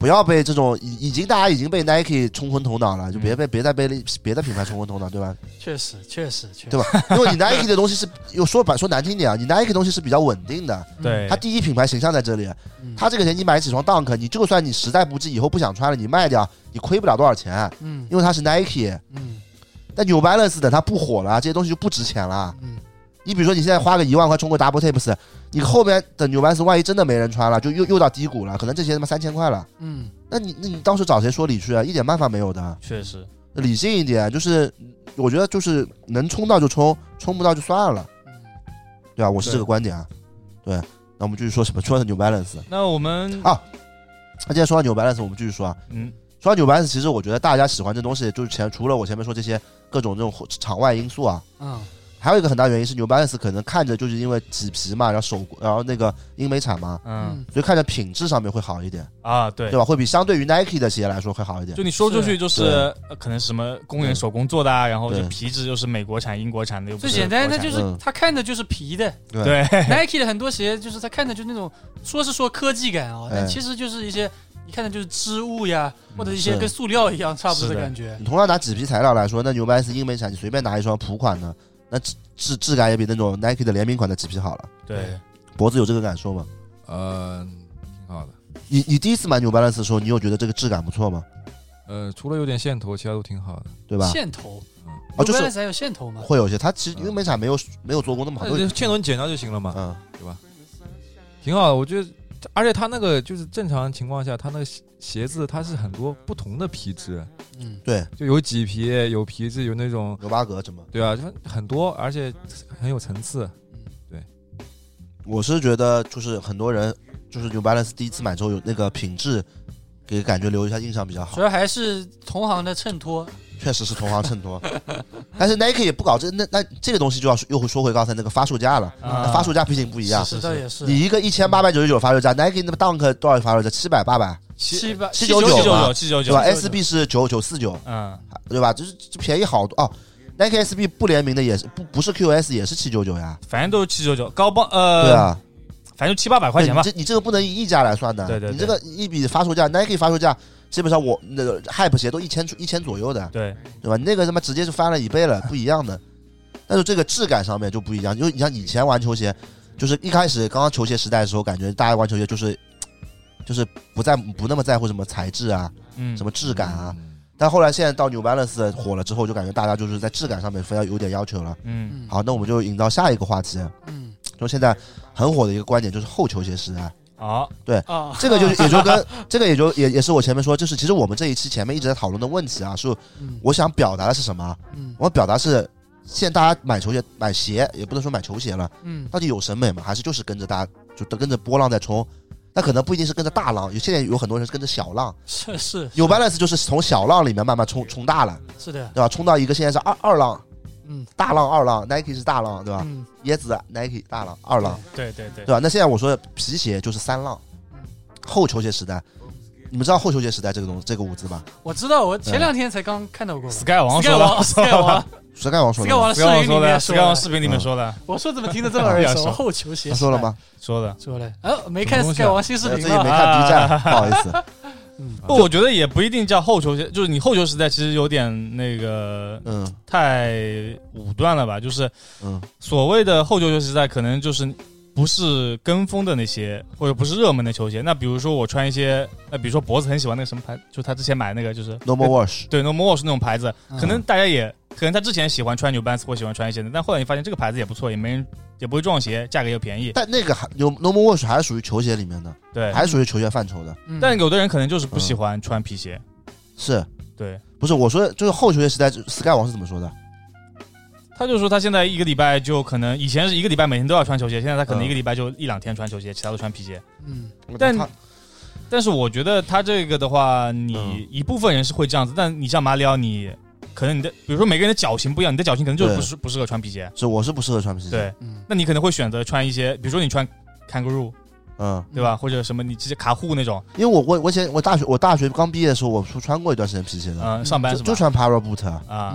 不要被这种大家已经被 Nike 冲昏头脑了，就别再被别的品牌冲昏头脑，对吧？ 确实， 对吧？因为你 Nike 的东西是说难听点啊，你 Nike 的东西是比较稳定的， 对， 它第一品牌形象在这里，它这个钱你买几双 Dunk， 你就算你时代不济，以后不想穿了，你卖掉，你亏不了多少钱，因为它是 Nike，但 New Balance 等它不火了，这些东西就不值钱了，你比如说你现在花个1万块冲个 Double Tips， 你后面等 New Balance 万一真的没人穿了，就又到低谷了，可能这些他妈3000块了，那你当时找谁说理去啊？一点办法没有的。 确实， 理性一点，就是我觉得就是能冲到就冲，冲不到就算了，对吧？我是这个观点啊。对，那我们继续说什么？说的 New Balance。 那我们那既然说到 New Balance， 我们继续说啊。说到 New Balance， 其实我觉得大家喜欢这东西，就是除了我前面说这些各种这种场外因素啊，还有一个很大原因是 New Balance 可能看着就是因为麂皮嘛，然后那个英美产嘛，所以看着品质上面会好一点啊，对吧？会比相对于 Nike 的鞋来说会好一点。 就你说出去就是可能什么工人手工做的啊，然后就皮质又是美国产、英国产的，又不是最简单的就是它看着就是皮的。 对 ，Nike 的很多鞋就是它看着就那种说科技感啊，但其实就是一些你看的就是织物呀，或者一些跟塑料一样差不多的感觉。 你同样拿麂皮材料来说，那 New Balance 英美产，你随便拿一双普款的。那质感也比那种 Nike 的联名款的麂皮好了。 对， 脖子有这个感受吗？ 挺好的。 你第一次买 New Balance 的时候，你有觉得这个质感不错吗？ 除了有点线头，其他都挺好的， 对吧？ 线头 ，New Balance 还有线头吗？ 会有些，它其实英美产没有做工那么好， 线头你剪掉就行了嘛，对吧？挺好的，我觉得，而且它那个就是正常情况下，它那个鞋子它是很多不同的皮质。 对， 就有麂皮，有皮质，有那种有八格什么， 对啊，就很多，而且很有层次。对， 我是觉得就是很多人就是 New Balance 第一次买之后有那个品质，给感觉留一下印象比较好。 主要还是同行的衬托， 确实是同行衬托。但是 Nike 也不搞这，那这个东西就要又会说回刚才那个发售价了。发售价毕竟不一样， 是的也是。 你一个1899发售价 ，Nike 那个 Dunk 多少发售价？700、800。799，对吧 ？SB 是9949，对吧？就是便宜好多哦。Nike SB 不联名的也是不是 QS 也是799呀， 反正都是799，高帮对啊， 反正700-800块钱吧。 你这个不能以溢价来算的， 对， 你这个一笔发售价 ，Nike 发售价基本上我那个 Hype 鞋都1000左右的， 对吧？你那个他妈直接就翻了1倍了，不一样的。但是这个质感上面就不一样，因为你像以前玩球鞋，就是一开始刚刚球鞋时代的时候，感觉大家玩球鞋就是不那么在乎什么材质啊，什么质感啊，但后来现在到 New Balance 火了之后，就感觉大家就是在质感上面非要有点要求了。好，那我们就引到下一个话题。就现在很火的一个观点就是后球鞋时代。对，这个就是也是我前面说，就是其实我们这一期前面一直在讨论的问题啊，是我想表达的是什么？我表达是现在大家买鞋也不能说买球鞋了，到底有审美吗？还是就是跟着大家就跟着波浪在冲？那可能不一定是跟着大浪，现在有很多人是跟着小浪。 是。 New Balance 就是从小浪里面慢慢冲大了， 是的， 对吧？冲到一个现在是二浪，大浪二浪 ，Nike 是大浪，对吧？椰子 Nike 大浪二浪， 对吧？那现在我说的皮鞋就是3浪，后球鞋时代。你们知道后球鞋时代这个舞姿吧？ 我知道，我前2天才刚看到过。 Sky 王说的 ，Sky 王 Sky 王视频里面说的。 我说怎么听得这么耳熟？后球鞋他说了吗？ 说了。 没看 Sky 王新视频， 最近没看 B 站，不好意思。 不，我觉得也不一定叫后球鞋，就是你后球时代其实有点那个，太武断了吧？就是，所谓的后球时代，可能就是不是跟风的那些，或者不是热门的球鞋。那比如说我穿一些，比如说脖子很喜欢那个什么牌，就他之前买那个就是 Normal Wash， 对 Normal Wash 那种牌子，可能大家可能他之前喜欢穿 New Balance 或喜欢穿一些的，但后来你发现这个牌子也不错，也不会撞鞋，价格又便宜。 但那个Normal Wash 还是属于球鞋里面的， 对， 还是属于球鞋范畴的。 但有的人可能就是不喜欢穿皮鞋， 是， 对， 不是我说就是后球鞋时代 ，Sky 王是怎么说的？ 他就说他现在一个礼拜就可能以前是一个礼拜每天都要穿球鞋，现在他可能一个礼拜就1-2天穿球鞋，其他都穿皮鞋。但是我觉得他这个的话，你一部分人是会这样子，但你像马里奥，你可能你的比如说每个人的脚型不一样，你的脚型可能就是不适合穿皮鞋。 我是不适合穿皮鞋。 对，那你可能会选择穿一些，比如说你穿 Kangaroo，对吧？或者什么你直接卡户那种。 因为我大学刚毕业的时候，我穿过一段时间皮鞋的， 上班是吧？ 就穿 Para Boot 啊。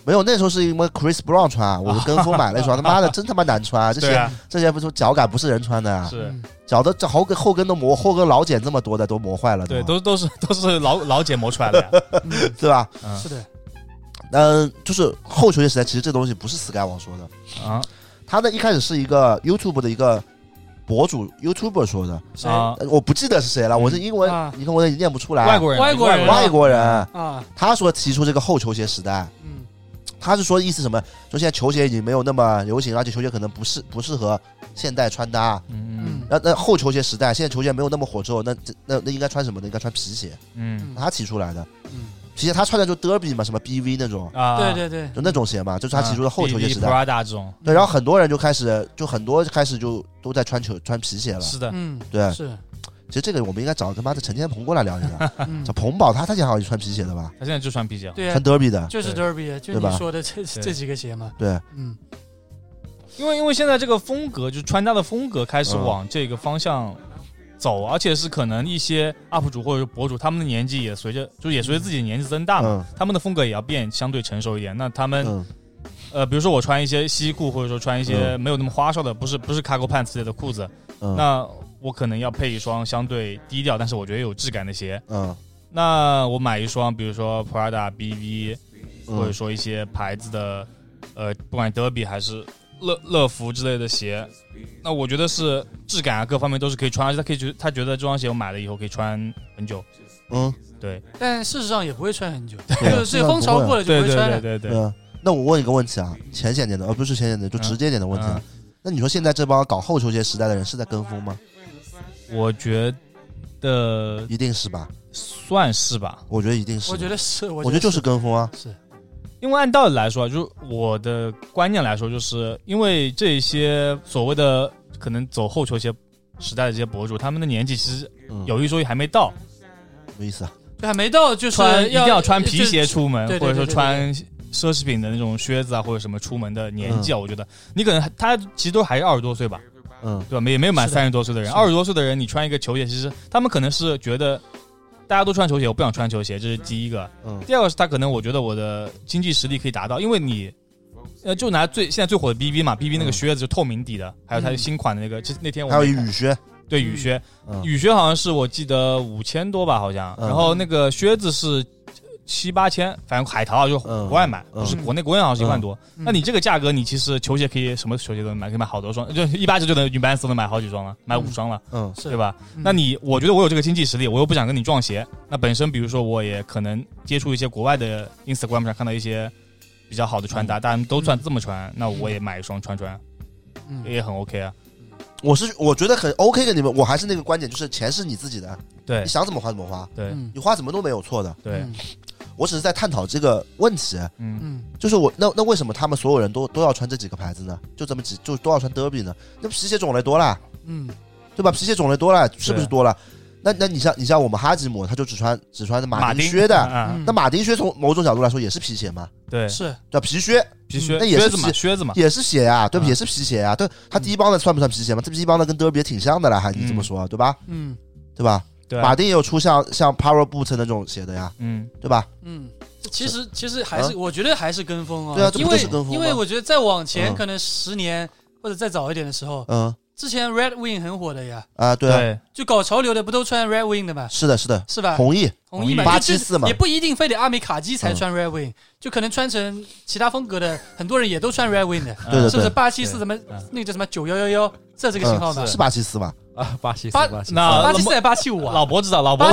没有，那时候是因为 Chris Brown 穿，我就跟风买了一双，他妈的真他妈难穿，这些不是脚感不是人穿的啊， 是脚的这后跟都磨，后跟老茧这么多的都磨坏了， 对，都是老茧磨出来的呀， 对吧？ 是的。 就是后球鞋时代，其实这东西不是 Sky 网说的啊，他呢一开始是一个 YouTube 的一个博主 YouTuber 说的，我不记得是谁了，我是英文，你看我也念不出来， 外国人啊，他说提出这个后球鞋时代，他是说意思什么？说现在球鞋已经没有那么流行，而且球鞋可能不适合现代穿搭，那后球鞋时代，现在球鞋没有那么火之后，那应该穿什么呢？应该穿皮鞋，他提出来的，皮鞋他穿的就 Derby 嘛，什么 BV 那种啊，对， 就那种鞋嘛，就是他提出的后球鞋时代。 Prada 这种， 对，然后很多人就开始就都在穿皮鞋了。 是的， 对， 是。 其实这个我们应该找他妈的陈天鹏过来聊一聊，找彭宝，他现在好像就穿皮鞋的吧？ 他现在就穿皮鞋， 对， 穿 Derby 的， 就是 Derby，就你说的这几个鞋嘛。 对， 因为现在这个风格，就穿搭的风格开始往这个方向走，而且是可能一些 UP 主或者是博主，他们的年纪也随着自己的年纪增大嘛，他们的风格也要变相对成熟一点。那他们比如说我穿一些西裤，或者说穿一些没有那么花哨的，不是 cargo pants 类的裤子，那我可能要配一双相对低调，但是我觉得有质感的鞋。那我买一双，比如说 Prada BV，或者说一些牌子的，不管 Derby 还是乐福之类的鞋，那我觉得是质感啊各方面都是可以穿，而且他觉得这双鞋我买了以后可以穿很久。对。但事实上也不会穿很久，就是风潮过了就不会穿了。 对。 那我问一个问题啊，浅显点的，而不是浅显的，就直接点的问题。那你说现在这帮搞后球鞋时代的人是在跟风吗？ 我觉得一定是吧， 算是吧。 我觉得一定是， 我觉得是， 我觉得就是跟风啊。 是， 因为按道理来说，就我的观念来说，就是因为这些所谓的可能走后球鞋时代的这些博主，他们的年纪其实有一说一还没到。 什么意思啊？ 就还没到，就是一定要穿皮鞋出门，或者说穿奢侈品的那种靴子啊，或者什么出门的年纪啊，我觉得你可能他其实都还是20多岁吧。对吧？也没有满30多岁的人，20多岁的人，你穿一个球鞋，其实他们可能是觉得大家都穿球鞋，我不想穿球鞋，这是第一个。第二个是他可能我觉得我的经济实力可以达到，因为你就拿现在最火的 BB 嘛，BB 那个靴子就透明底的，还有它新款的那个，那天我还有雨靴， 对雨靴，雨靴好像是我记得5000多吧，好像，然后那个靴子是7、8千，反正海淘就国外买，不是国内好像是1万多。那你这个价格，你其实球鞋可以什么球鞋都能买，可以买好多双，就180就能女班斯能买好几双了，买5双了，对吧？那我觉得我有这个经济实力，我又不想跟你撞鞋。那本身比如说我也可能接触一些国外的 Instagram 上看到一些比较好的穿搭，大家都这么穿，那我也买一双穿，也很 OK 啊。 我觉得很 OK 的，你们，我还是那个观点，就是钱是你自己的， 对， 你想怎么花怎么花， 对， 你花什么都没有错的， 对。 我只是在探讨这个问题，就是那为什么他们所有人都要穿这几个牌子呢？就这么就都要穿 Derby 呢？那皮鞋种类多了，对吧？皮鞋种类多了，是不是多了？那你像我们哈吉姆，他就只穿马丁靴的，那马丁靴从某种角度来说也是皮鞋嘛？ 对， 是叫皮靴，那也是靴子嘛， 也是鞋呀，对不？也是皮鞋呀，对，他第一帮的算不算皮鞋嘛？这第一帮的跟 Derby 也挺像的了，还你这么说，对吧？对吧？ 对， 马丁也有出像 Power Boot 那种鞋的呀，对吧？ 其实还是我觉得还是跟风啊， 对啊，这不就是跟风吗？ 因为我觉得再往前可能10年或者再早一点的时候，之前 Red Wing 很火的呀， 对啊， 就搞潮流的不都穿 Red Wing 的嘛？ 是的，是吧？弘毅嘛 ，874嘛， 也不一定非得阿美卡基才穿 Red Wing，就可能穿成其他风格的，很多人也都穿 Red Wing 的， 对， 是不是？874怎么那个叫什么911这个型号吗？ 是874吧？ 啊，874， 那874还875啊？ 老伯知道，老伯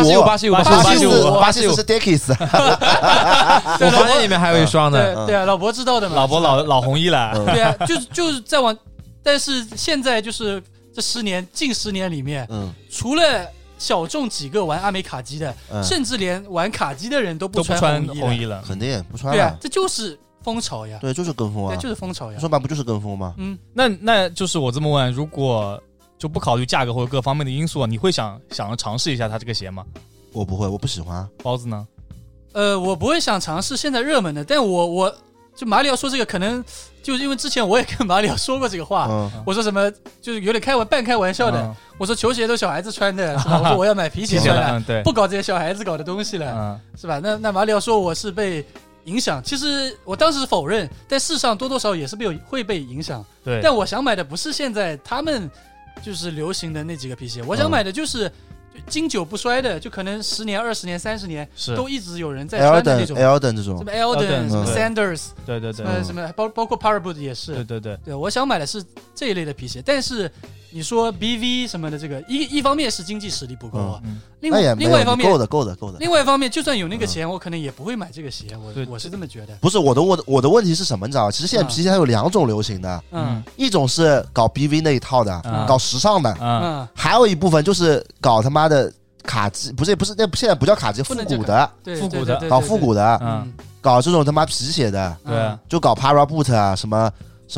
875是 Dickies， 我房间里面还有一双的， 对啊，老伯知道的嘛。 老伯老红衣了， 对啊，就是再往，但是现在就是这近10年里面，除了小众几个玩阿美卡基的，甚至连玩卡基的人都不穿红衣了， 肯定不穿了。 对啊，这就是风潮呀， 对，就是跟风啊， 对，就是风潮呀。 说白不就是跟风吗？ 那就是我这么问，如果就不考虑价格或者各方面的因素，你会想要尝试一下他这个鞋吗？ 我不会，我不喜欢。 包子呢？ 我不会想尝试现在热门的，但我就马里奥说这个，可能就是因为之前我也跟马里奥说过这个话，我说什么就是有点半开玩笑的，我说球鞋都小孩子穿的，是吧？我说我要买皮鞋穿了，不搞这些小孩子搞的东西了，是吧？那马里奥说我是被影响。其实我当时否认，但事实上多多少少也是会被影响。 对， 但我想买的不是现在他们就是流行的那几个皮鞋，我想买的就是经久不衰的，就可能10年、20年、30年都一直有人在穿的那种。 Eldon 这种， 什么 Eldon， 什么 Sanders， 对， 什么包括 Powerboot 也是。 对， 我想买的是这一类的皮鞋，但是你说 BV 什么的，这个一方面是经济实力不够啊，另外一方面够的。 另外一方面，就算有那个钱，我可能也不会买这个鞋。我是这么觉得。 不是我的问题是什么？你知道吗？其实现在皮鞋还有2种流行的，一种是搞 BV 那一套的，搞时尚的，还有一部分就是搞他妈的卡基，不是那现在不叫卡基，复古的，搞复古的，搞这种他妈皮鞋的， 对， 就搞 Paraboot 啊什么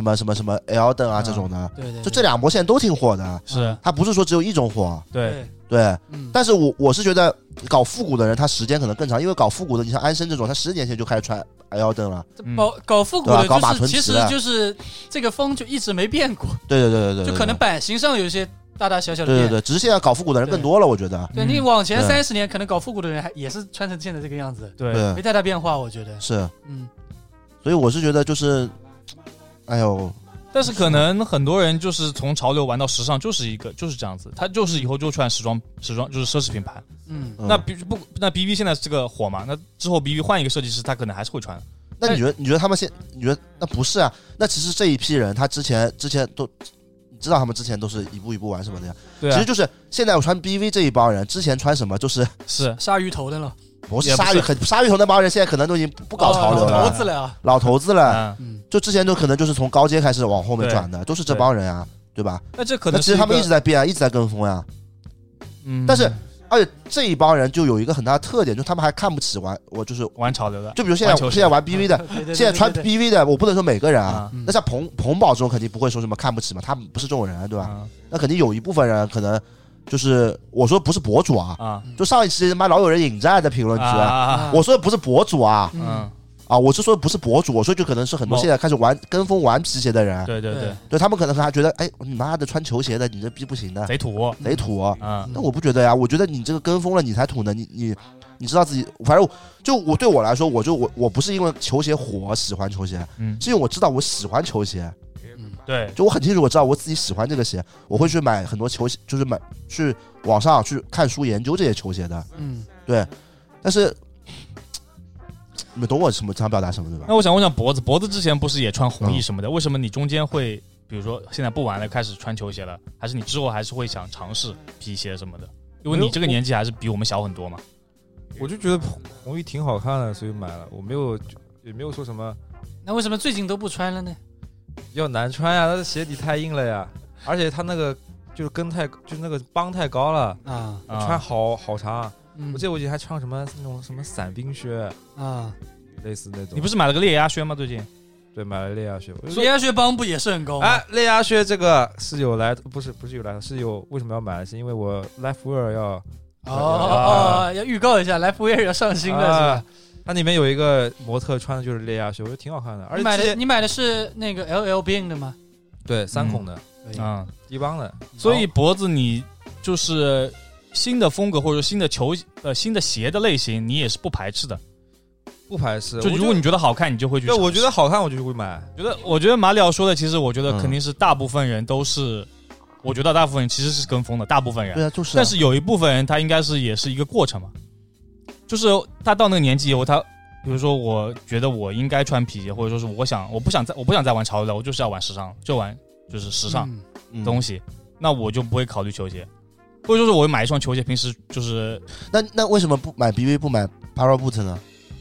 Eldon 啊这种的， 对， 就这2波现在都挺火的， 是它不是说只有一种火， 对， 但是我是觉得搞复古的人他时间可能更长，因为搞复古的你像安生这种，他10年前就开始穿 Eldon 了， 搞复古的搞马臀其实就是这个风就一直没变过， 对， 就可能版型上有一些大大小小的变， 对，只是现在搞复古的人更多了，我觉得。 对，你往前30年，可能搞复古的人也是穿成现在这个样子， 对， 没太大变化，我觉得是，所以我是觉得就是，哎呦。 但是可能很多人就是从潮流玩到时尚，就是这样子，他就是以后就穿时装就是奢侈品牌。那BV 现在这个火嘛，那之后 BV 换一个设计师，他可能还是会穿。 那你觉得他们你觉得那不是啊？那其实这一批人，他之前都，你知道他们之前都是一步一步玩什么的呀？ 对啊。 其实就是现在我穿 BV 这一帮人，之前穿什么就是鲨鱼头的了。 不是鲨鱼头那帮人，现在可能都已经不搞潮流了，老头子了，就之前都可能就是从高阶开始往后面转的，都是这帮人啊，对吧？ 那这可能其实他们一直在变啊，一直在跟风呀。但是而且这一帮人就有一个很大的特点，就他们还看不起就是玩潮流的， 就比如现在玩 BV 的，现在穿 BV 的，我不能说每个人啊，那像彭宝这种肯定不会说什么看不起嘛，他不是这种人，对吧？那肯定有一部分人可能。就是我说不是博主啊，就上一期他妈老有人引战在评论区，我说的不是博主啊，我是说不是博主，我说就可能是很多现在开始跟风玩皮鞋的人，对他们可能还觉得，哎，你妈的穿球鞋的，你这逼不行的， 贼土， 那我不觉得呀，我觉得你这个跟风了，你才土呢，你知道自己，反正就对我来说，我不是因为球鞋火喜欢球鞋，是因为我知道我喜欢球鞋。 对， 就我很清楚，我知道我自己喜欢这个鞋，我会去买很多球鞋，就是去网上去看书研究这些球鞋的。对。但是你们懂我想表达什么对吧？ 那我想问一下脖子之前不是也穿红衣什么的？为什么你中间会，比如说现在不玩了，开始穿球鞋了？还是你之后还是会想尝试皮鞋什么的？因为你这个年纪还是比我们小很多嘛。 我就觉得红衣挺好看的，所以买了。我也没有说什么。 那为什么最近都不穿了呢？ 要难穿呀，它的鞋底太硬了呀，而且它那个就是那个帮太高了穿好长。我记得我以前还穿什么那种什么伞兵靴类似那种。 你不是买了个猎鸭靴吗？最近？ 对，买了猎鸭靴。 猎鸭靴帮不也是很高吗？ 猎鸭靴这个是有来，不是有来，是有为什么要买？是因为我 Lifewear 要预告一下 Lifewear 要上新了是吧？ 它里面有一个模特穿的就是猎鸭靴，我觉得挺好看的。而且你买的是那个 LL Bean 的吗？ 对，3孔的，低帮的。 所以脖子你就是新的风格或者新的鞋的类型，你也是不排斥的。 不排斥， 就如果你觉得好看，你就会去。 对，我觉得好看，我就会买。 我觉得马里奥说的，其实我觉得肯定是大部分人都是，我觉得大部分人其实是跟风的，大部分人。 对啊，就是。 但是有一部分人，他应该是也是一个过程嘛。就是他到那个年纪以后，他比如说，我觉得我应该穿皮鞋，或者说是我不想再玩潮流了，我就是要玩时尚，就玩就是时尚东西，那我就不会考虑球鞋，或者说是我买一双球鞋，平时就是那为什么不买 BV 不买 Powerboot 呢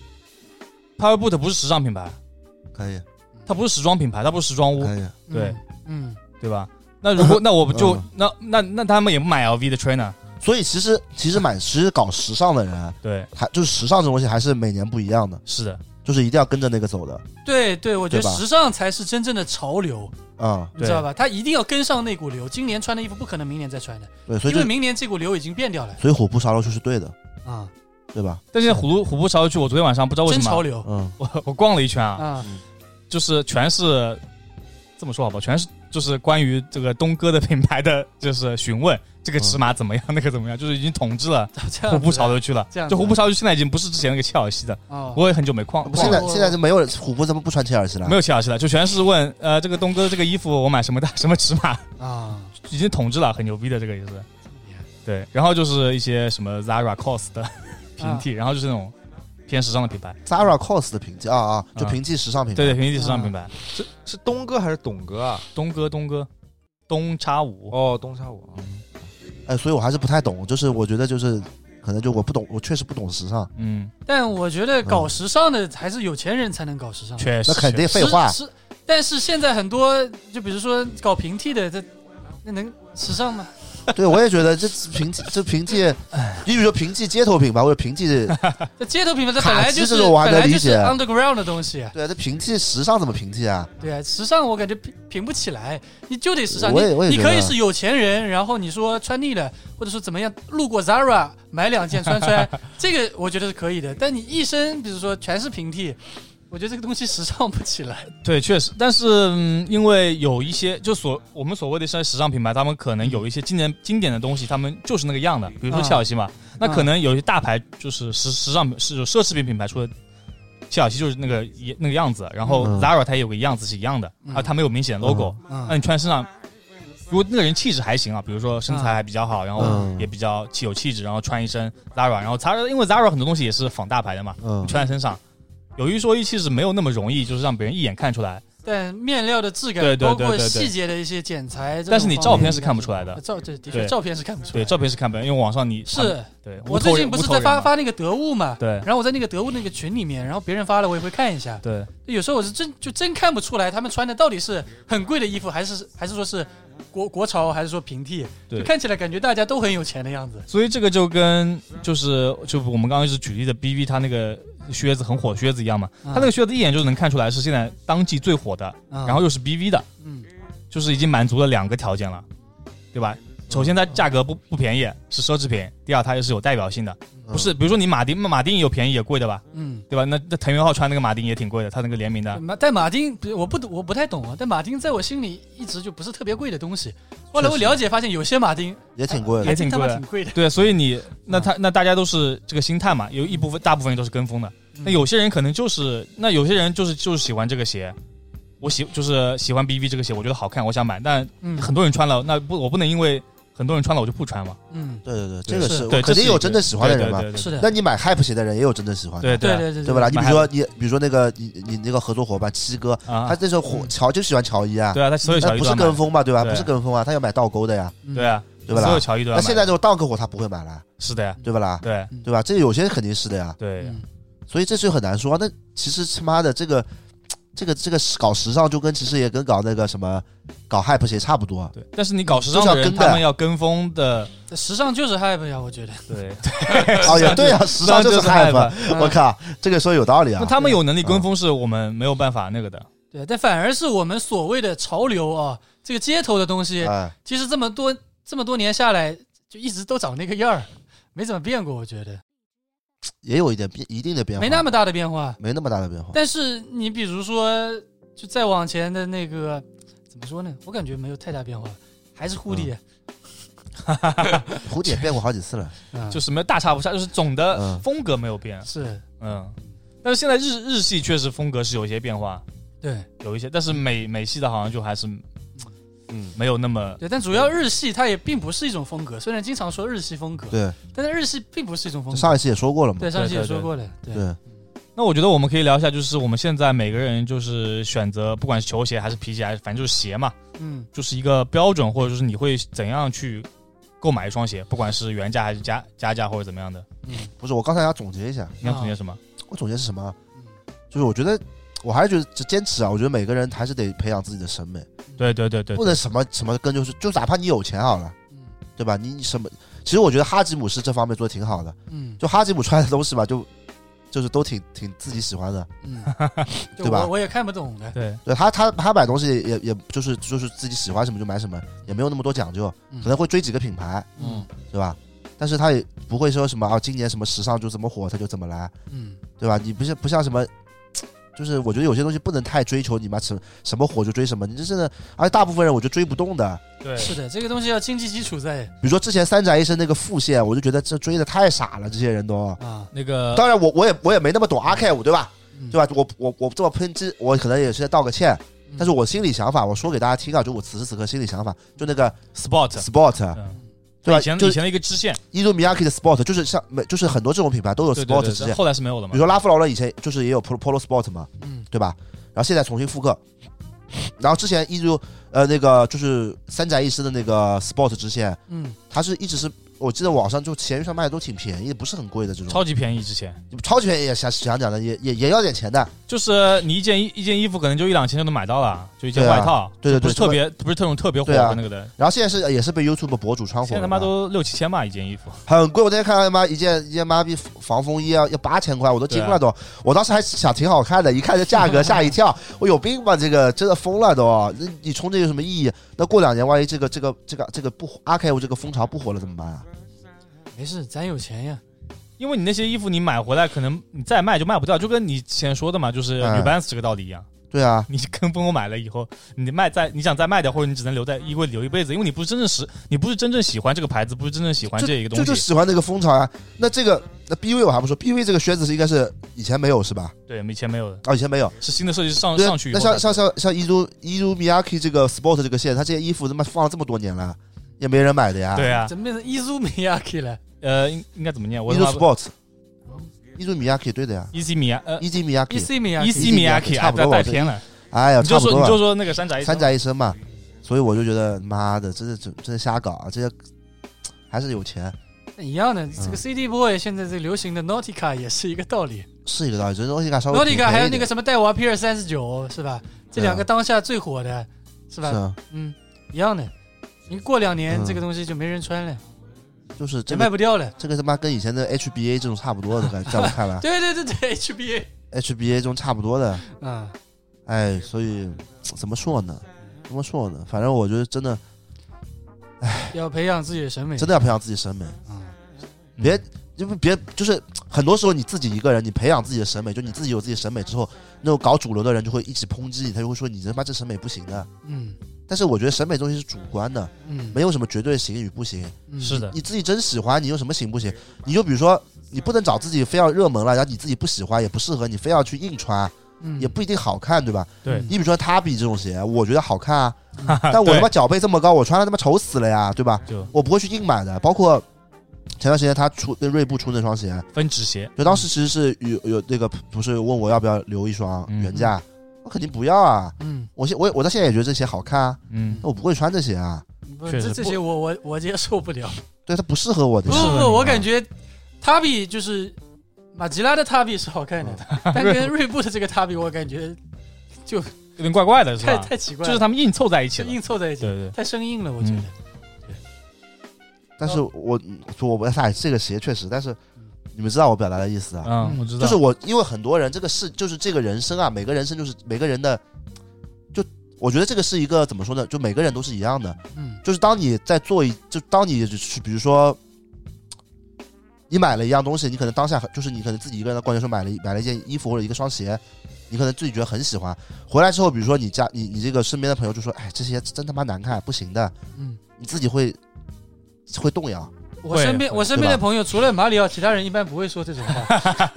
？Powerboot 不是时尚品牌， 可以， 它不是时装品牌，它不是时装屋， 可以， 对，对吧？那如果那我们就那他们也不买 LV 的 trainer。 所以其实搞时尚的人， 对， 还就是时尚这东西还是每年不一样的。 是的， 就是一定要跟着那个走的。 对，我觉得时尚才是真正的潮流，你知道吧？他一定要跟上那股流。今年穿的衣服不可能明年再穿的， 对，所以因为明年这股流已经变掉了。 所以虎扑潮流区是对的对吧？ 但是虎扑潮流区，我昨天晚上不知道为什么真潮流， 我逛了一圈就是全是这么说好吧，全是就是关于这个东哥的品牌的就是询问，这个尺码怎么样，那个怎么样，就是已经统治了虎扑潮流区了。就虎扑潮流区现在已经不是之前那个切尔西的，我也很久没逛。 现在就没有虎扑，怎么不穿切尔西了？ 没有切尔西了，就全是问这个东哥这个衣服我买什么尺码啊？已经统治了，很牛逼的这个也是。对，然后就是一些什么 Zara COS 的平替，然后就是那种偏时尚的品牌 ，Zara COS 的平替就平替时尚品牌。 对，平替时尚品牌是东哥还是董哥啊？ 东哥，东叉五哦，东叉五。 所以我还是不太懂，就是我觉得就是可能就我不懂，我确实不懂时尚。 但我觉得搞时尚的还是有钱人才能搞时尚， 确实， 那肯定废话。 但是现在很多，就比如说搞平替的，那能时尚吗？ 对，我也觉得这平替，你比如说平替街头品牌或者平替这街头品牌，它本来就是 underground 的东西。 对啊，这平替时尚怎么平替啊？ 对啊，时尚我感觉评不起来，你就得时尚。 你可以是有钱人，然后你说穿腻了，或者说怎么样，路过 Zara 买2件穿，这个我觉得是可以的。但你一身比如说全是平替，我觉得这个东西时尚不起来。 对，确实，但是因为有一些我们所谓的时尚品牌，他们可能有一些经典的东西，他们就是那个样的，比如说切尔西嘛，那可能有一些大牌就是时尚是奢侈品品牌出的，切尔西就是那个样子，然后 Zara 它也有个样子是一样的，它没有明显的 logo，那你穿身上，如果那个人气质还行啊，比如说身材还比较好，然后也比较有气质，然后穿一身 Zara， 然后因为 Zara 很多东西也是仿大牌的嘛，你穿在身上。有一说一，其实没有那么容易，就是让别人一眼看出来。 但面料的质感，包括细节的一些剪裁， 但是你照片是看不出来的。 的确，照片是看不出来。 对，照片是看不出来，因为网上你是。 对， 我最近不是在发那个得物嘛？ 对。 然后我在那个得物那个群里面，然后别人发了，我也会看一下。 对。 有时候我是真看不出来，他们穿的到底是很贵的衣服，还是说是国潮，还是说平替？ 对。 看起来感觉大家都很有钱的样子。 所以这个就跟就我们刚刚一直举例的 BV 它那个。靴子很火的靴子一样嘛，它那个靴子一眼就能看出来是现在当季最火的，然后又是 BV 的，就是已经满足了2个条件了，对吧？首先它价格不便宜，是奢侈品；第二它也是有代表性的，不是比如说你马丁有便宜也贵的吧，对吧？那藤原浩穿那个马丁也挺贵的，他那个联名的。 但马丁我不太懂啊，但马丁在我心里一直就不是特别贵的东西。后来我了解发现，有些马丁也挺贵的， 也挺贵的。 对，所以那大家都是这个心态嘛，有大部分人都是跟风的。那有些人可能有些人就是喜欢这个鞋，就是喜欢 BV 这个鞋，我觉得好看，我想买。但很多人穿了，我不能因为很多人穿了我就不穿嘛。 对，这个是肯定有真的喜欢的人嘛。 是的。 那你买 Hype 鞋的人也有真的喜欢的。 对吧？你比如说那个你那个合作伙伴七哥，他那时候就喜欢乔伊啊。 对啊，他所有乔伊不是跟风嘛，对吧？不是跟风啊，他要买倒钩的呀。 对啊， 对吧？ 所有乔伊都要买。 那现在这种 Dunk 货他不会买了。 是的呀， 对吧啦？ 对吧？这有些肯定是的呀。 对。 所以这就很难说。那其实他妈的这个搞时尚就其实也跟搞那个什么搞 Hype 鞋差不多。 对，但是你搞时尚的人他们要跟风的， 时尚就是 Hype 呀，我觉得。 对。 哦，也对啊，时尚就是 Hype。我靠，这个说有道理啊。 那他们有能力跟风是我们没有办法那个的。 对，但反而是我们所谓的潮流啊，这个街头的东西，其实这么多年下来，就一直都长那个样儿，没怎么变过，我觉得。 也有一定的变化， 没那么大的变化， 没那么大的变化。 但是你比如说，就再往前的那个，怎么说呢？我感觉没有太大变化，还是蝴蝶。 蝴蝶变过好几次了， 就是没有大差不差，就是总的风格没有变。 是， 但是现在日系确实风格是有一些变化， 对， 有一些，但是美系的好像就还是。没有那么对，但主要日系它也并不是一种风格，虽然经常说日系风格， 对， 但是日系并不是一种风格。 上一期也说过了嘛， 对，上一期也说过了，对。 那我觉得我们可以聊一下，就是我们现在每个人就是选择，不管是球鞋还是皮鞋，还是反正就是鞋嘛，就是一个标准，或者就是你会怎样去购买一双鞋，不管是原价还是加价或者怎么样的。 不是，我刚才要总结一下， 你要总结什么？ 我总结是什么？就是我觉得。我还是觉得坚持啊！我觉得每个人还是得培养自己的审美。 对， 不能什么跟就哪怕你有钱好了，对吧？你什么？其实我觉得哈吉姆是这方面做的挺好的。就哈吉姆穿的东西吧，就是都挺自己喜欢的，对吧？ 我也看不懂的。 对，他买东西也就是自己喜欢什么就买什么，也没有那么多讲究，可能会追几个品牌，对吧？但是他也不会说什么今年什么时尚就怎么火他就怎么来，对吧？你不像什么。 就是我觉得有些东西不能太追求你妈什么火就追什么，你这真的，而且大部分人我就追不动的。 对， 是的，这个东西要经济基础在。 比如说之前三宅一生那个副线，我就觉得这追的太傻了，这些人都啊， 那个当然我也没那么懂 Archive 对吧？对吧？我这么抨击，我可能也是在道个歉。但是我心里想法，我说给大家听啊，就我此时此刻心里想法，就那个 Sport，对吧？ 以前的一个支线， 伊鲁米亚基的 Sport 就是很多这种品牌都有 Sport 支线， 后来是没有了嘛。 比如说拉夫劳伦以前就是也有 Polo Sport 嘛，对吧？然后现在重新复刻，然后之前那个就是三宅一生的那个 Sport 支线，它是一直是。我记得网上就闲鱼上卖的都挺便宜，不是很贵的这种， 超级便宜。之前超级便宜也想讲的也要点钱的， 就是你一件衣服可能就1-2千就能买到了，就一件外套， 对， 不是特别火的那个的。 然后现在也是被 YouTube 博主穿火， 现在他妈都6-7千吧一件衣服， 很贵。我那天看他妈一件妈逼防风衣要8000块，我都惊了都。我当时还想挺好看的，一看这价格吓一跳，我有病吧？这个真的疯了都。你冲这有什么意义？那过2年万一这个不Archive这个风潮不火了怎么办啊？ 没事，咱有钱呀。 因为你那些衣服你买回来，可能你再卖就卖不掉，就跟你前说的嘛，就是 New Balance 这个道理一样。 对啊， 你跟风买了以后，你想再卖掉，或者你只能留在衣柜里留一辈子，因为你不是真正喜欢这个牌子，不是真正喜欢这一个东西， 就喜欢这个风潮啊。那 BV 我还不说 ，BV 这个靴子是应该是以前没有是吧？ 对，以前没有的啊，以前没有， 是新的设计师上去以后。 那像伊鲁Miyake 这个 Sport 这个线，它这些衣服他妈放了这么多年了，也没人买的呀。 对啊， 怎么变成伊鲁米亚 K 了？ 应该怎么念？ 伊鲁 Sport， 伊鲁米亚 K 对的呀。 Easy Miyake， 差不多带偏了。 哎呀， 你就说那个山宅一生嘛，所以我就觉得妈的，真的瞎搞啊！这些还是有钱。 一样的，这个 CD Boy 现在这流行的 Nautica 也是一个道理， 是一个道理。这 Nautica 稍微 Nautica 还有那个什么戴瓦 PR39是吧？这2个当下最火的，是吧？ 是一样的。你过2年这个东西就没人穿了。 就是这卖不掉了， 这个他妈跟以前的 HBA 这种差不多的，在我看来， 对 HBA 这种差不多的，哎，所以怎么说呢？反正我觉得真的，哎， 要培养自己的审美， 真的要培养自己审美，别就是很多时候你自己一个人，你培养自己的审美，就你自己有自己的审美之后，那种搞主流的人就会一起抨击你，他就会说你他妈这审美不行的，但是我觉得审美东西是主观的，没有什么绝对行与不行。 是的， 你自己真喜欢，你有什么行不行？你就比如说，你不能找自己非要热门了，然后你自己不喜欢也不适合，你非要去硬穿，也不一定好看，对吧？ 对。 你比如说他比这种鞋，我觉得好看啊，但我他妈脚背这么高，我穿了他妈丑死了呀，对吧？我不会去硬买的。包括前段时间他跟锐步出那双鞋， 分趾鞋， 就当时其实是有那个不是问我要不要留一双原价。我肯定不要啊！我到现在也觉得这鞋好看啊，我不会穿这鞋啊。 这鞋我接受不了， 对，它不适合我的。 不，我感觉他比就是马吉拉的他比是好看的，但跟锐步的这个他比，我感觉就有点怪怪的，是吧？ 太奇怪了， 就是他们硬凑在一起了， 对，太生硬了，我觉得。 但是我这个鞋确实，但是。你们知道我表达的意思啊？ 我知道， 就是因为很多人就是这个人生啊，每个人生就是每个人的，就我觉得这个是一个怎么说呢？就每个人都是一样的，就是当你在当你比如说你买了一样东西，你可能当下就是你可能自己一个人在逛街时候买了一件衣服或者一个双鞋，你可能自己觉得很喜欢，回来之后，比如说你这个身边的朋友就说，哎，这鞋真他妈难看，不行的，你自己会动摇。 我身边的朋友除了马里奥，其他人一般不会说这种话。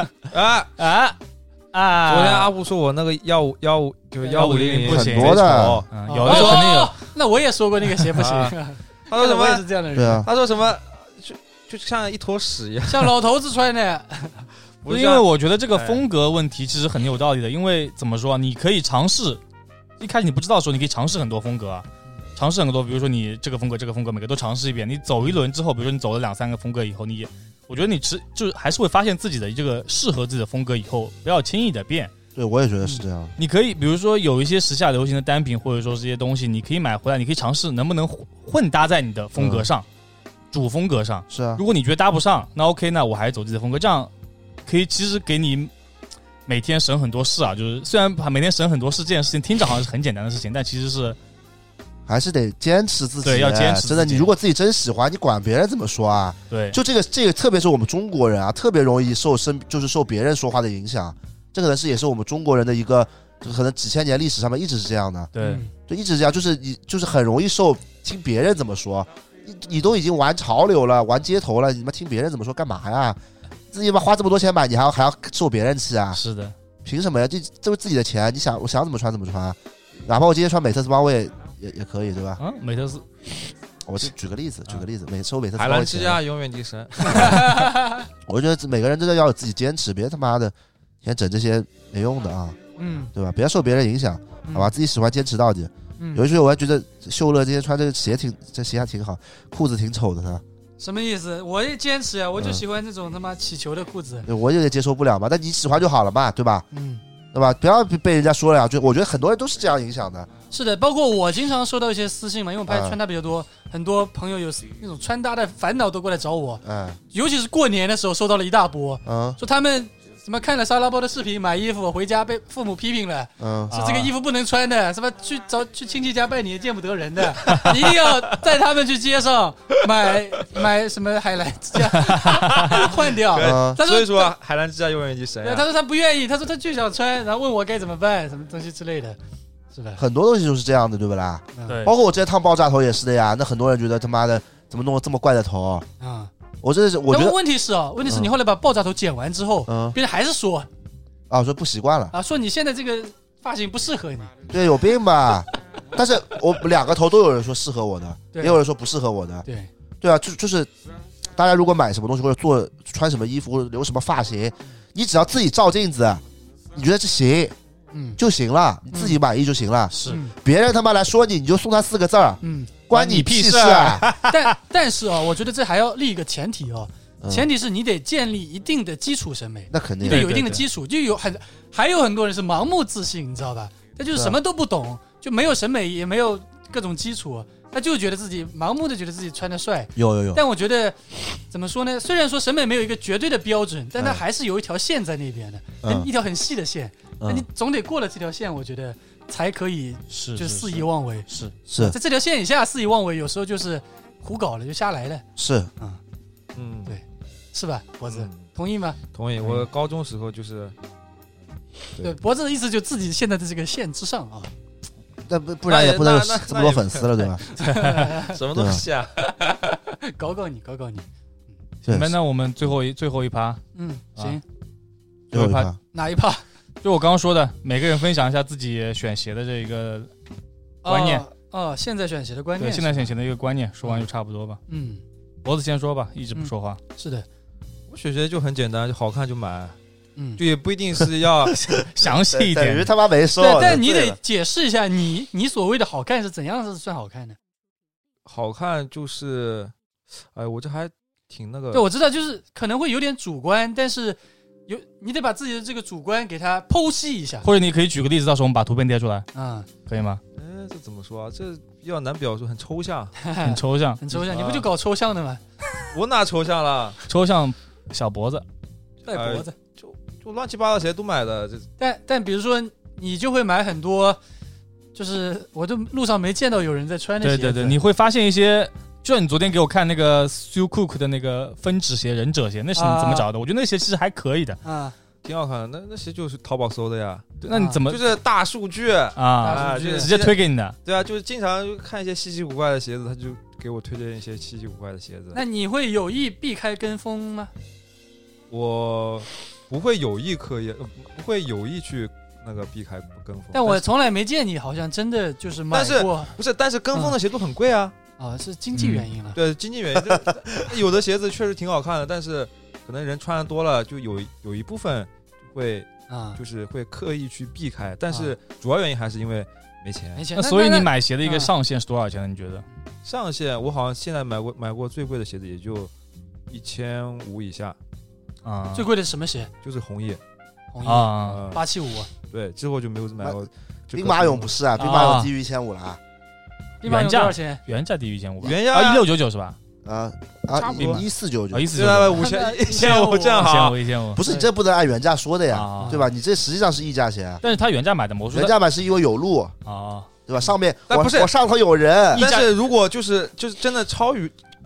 昨天阿布说我那个15就是1500 不行， 很多的， 有的时候肯定有。 那我也说过那个鞋不行。 他说什么？ 我也是这样的人。 对啊。 他说什么？就像一坨屎一样， 像老头子穿的。 不是因为我觉得这个风格问题其实很有道理的，因为怎么说，你可以尝试，一开始你不知道的时候，你可以尝试很多风格啊。尝试很多，比如说你这个风格每个都尝试一遍，你走一轮之后，比如说你走了2-3个风格以后，我觉得你就是还是会发现自己的这个适合自己的风格以后，不要轻易的变。 对，我也觉得是这样。 你可以比如说有一些时下流行的单品，或者说这些东西，你可以买回来，你可以尝试能不能混搭在你的风格上，主风格上。 是啊。 如果你觉得搭不上，那 OK， 那我还是走自己的风格，这样可以其实给你每天省很多事啊。就是虽然每天省很多事这件事情听着好像是很简单的事情，但其实是。 还是得坚持自己， 对，要坚持。 真的，你如果自己真喜欢，你管别人怎么说啊？ 对， 就这个，特别是我们中国人啊，特别容易受别人说话的影响。 这可能也是我们中国人的一个，可能几千年历史上面一直是这样的。 对， 就一直这样，就是你就是很容易受听别人怎么说，你都已经玩潮流了，玩街头了，你妈听别人怎么说干嘛呀？自己妈花这么多钱买，你还要受别人气啊？ 是的， 凭什么呀？这是自己的钱，我想怎么穿怎么穿，哪怕我今天穿美特斯邦威也可以，对吧？ 美特斯。 我举个例子，收美特斯邦威钱。 海澜之家永远第神。 我觉得每个人真的要有自己坚持，别他妈的先整这些没用的啊，对吧？别受别人影响，好吧？自己喜欢坚持到底。有一句我还觉得秀乐今天穿这个鞋这鞋还挺好，裤子挺丑的呢。 什么意思？我也坚持啊，我就喜欢这种他妈起球的裤子。 我有点接受不了嘛，但你喜欢就好了嘛，对吧？对吧？不要被人家说两句。我觉得很多人都是这样影响的。 是的，包括我经常收到一些私信嘛，因为我拍穿搭比较多，很多朋友有那种穿搭的烦恼都过来找我。尤其是过年的时候收到了一大波，说他们什么看了沙拉包的视频买衣服回家被父母批评了，说这个衣服不能穿的，什么去亲戚家拜年见不得人的，一定要带他们去街上买什么海澜之家换掉。 所以说海澜之家永远第神。 他说他不愿意，他说他就想穿，然后问我该怎么办，什么东西之类的。 很多东西就是这样的，对不啦？ 对， 包括我之前烫爆炸头也是的呀。那很多人觉得他妈的怎么弄了这么怪的头啊？我觉得问题是你后来把爆炸头剪完之后，别人还是说说不习惯了说你现在这个发型不适合你。 对，有病吧？但是我两个头都有人说适合我的，也有人说不适合我的。对啊，就是大家如果买什么东西或者穿什么衣服或者留什么发型，你只要自己照镜子，你觉得这行。就行了，你自己满意就行了。 是， 别人他妈来说你就送他4个字儿，关你屁事啊！但是我觉得这还要立一个前提前提是你得建立一定的基础审美， 那肯定你得有一定的基础。就还有很多人是盲目自信，你知道吧？他就是什么都不懂，就没有审美，也没有各种基础，他就觉得自己盲目的觉得自己穿得帅。 有。 但我觉得怎么说呢？虽然说审美没有一个绝对的标准，但它还是有一条线在那边的，一条很细的线。那你总得过了这条线，我觉得才可以就肆意妄为。 是在这条线以下肆意妄为，有时候就是胡搞了，就瞎来了。 是， 对，是吧？脖子同意吗？ 同意。我高中时候就是， 对脖子的意思就自己现在的这个线之上啊。 那不然也不能这么多粉丝了，对吧？ 什么东西啊？ 搞你。 那我们最后一趴， 行， 最后一趴哪一趴？ 就我刚刚说的，每个人分享一下自己选鞋的这个观念。 现在选鞋的观念， 对，现在选鞋的一个观念，说完就差不多吧。脖子先说吧，一直不说话。 是的， 我选鞋就很简单，就好看就买。就也不一定是要详细一点， 等于他妈没说。 但你得解释一下，你所谓的好看是怎样是算好看的？ 好看就是，我这还挺那个。 对，我知道，就是可能会有点主观，但是你得把自己的这个主观给它剖析一下， 或者你可以举个例子，到时候我们把图片贴出来，可以吗？ 这怎么说啊？这比较难表述，很抽象， 很抽象。 你不就搞抽象的吗？ 我哪抽象了？ 抽象小脖子， 带脖子， 就乱七八糟鞋都买的。 但比如说你就会买很多，就是我都路上没见到有人在穿的鞋子。 对，你会发现一些。就像你昨天给我看那个 Sue Cook 的那个分趾鞋、忍者鞋，那是你怎么找的？我觉得那鞋其实还可以的， 挺好看的。那鞋就是淘宝搜的呀。 那你怎么就是大数据就是直接推给你的？ 对啊，就是经常看一些稀奇古怪的鞋子，他就给我推荐一些稀奇古怪的鞋子。 那你会有意避开跟风吗？ 我不会有意刻意，不会有意去那个避开跟风。 但我从来没见你好像真的就是买过。 但是跟风的鞋都很贵啊。 是经济原因了。 对，经济原因。有的鞋子确实挺好看的，但是可能人穿的多了，就有一部分会就是会刻意去避开，但是主要原因还是因为没钱。 那所以你买鞋的一个上限是多少钱呢？你觉得？ 上限我好像现在买过最贵的鞋子也就1500以下。 最贵的是什么鞋？ 就是红叶 875。 对，之后就没有买过。 兵马俑不是啊，兵马俑低于1500了。 原价多少钱？ 原价低于1500， 原价 1699是吧 ？1499，1499， 1500这样好 ，1500，不是你这不能按原价说的呀，对吧？你这实际上是溢价鞋。 但是他原价买的魔术， 原价买是因为有路对吧？上面我上头有人。 但是如果就是真的超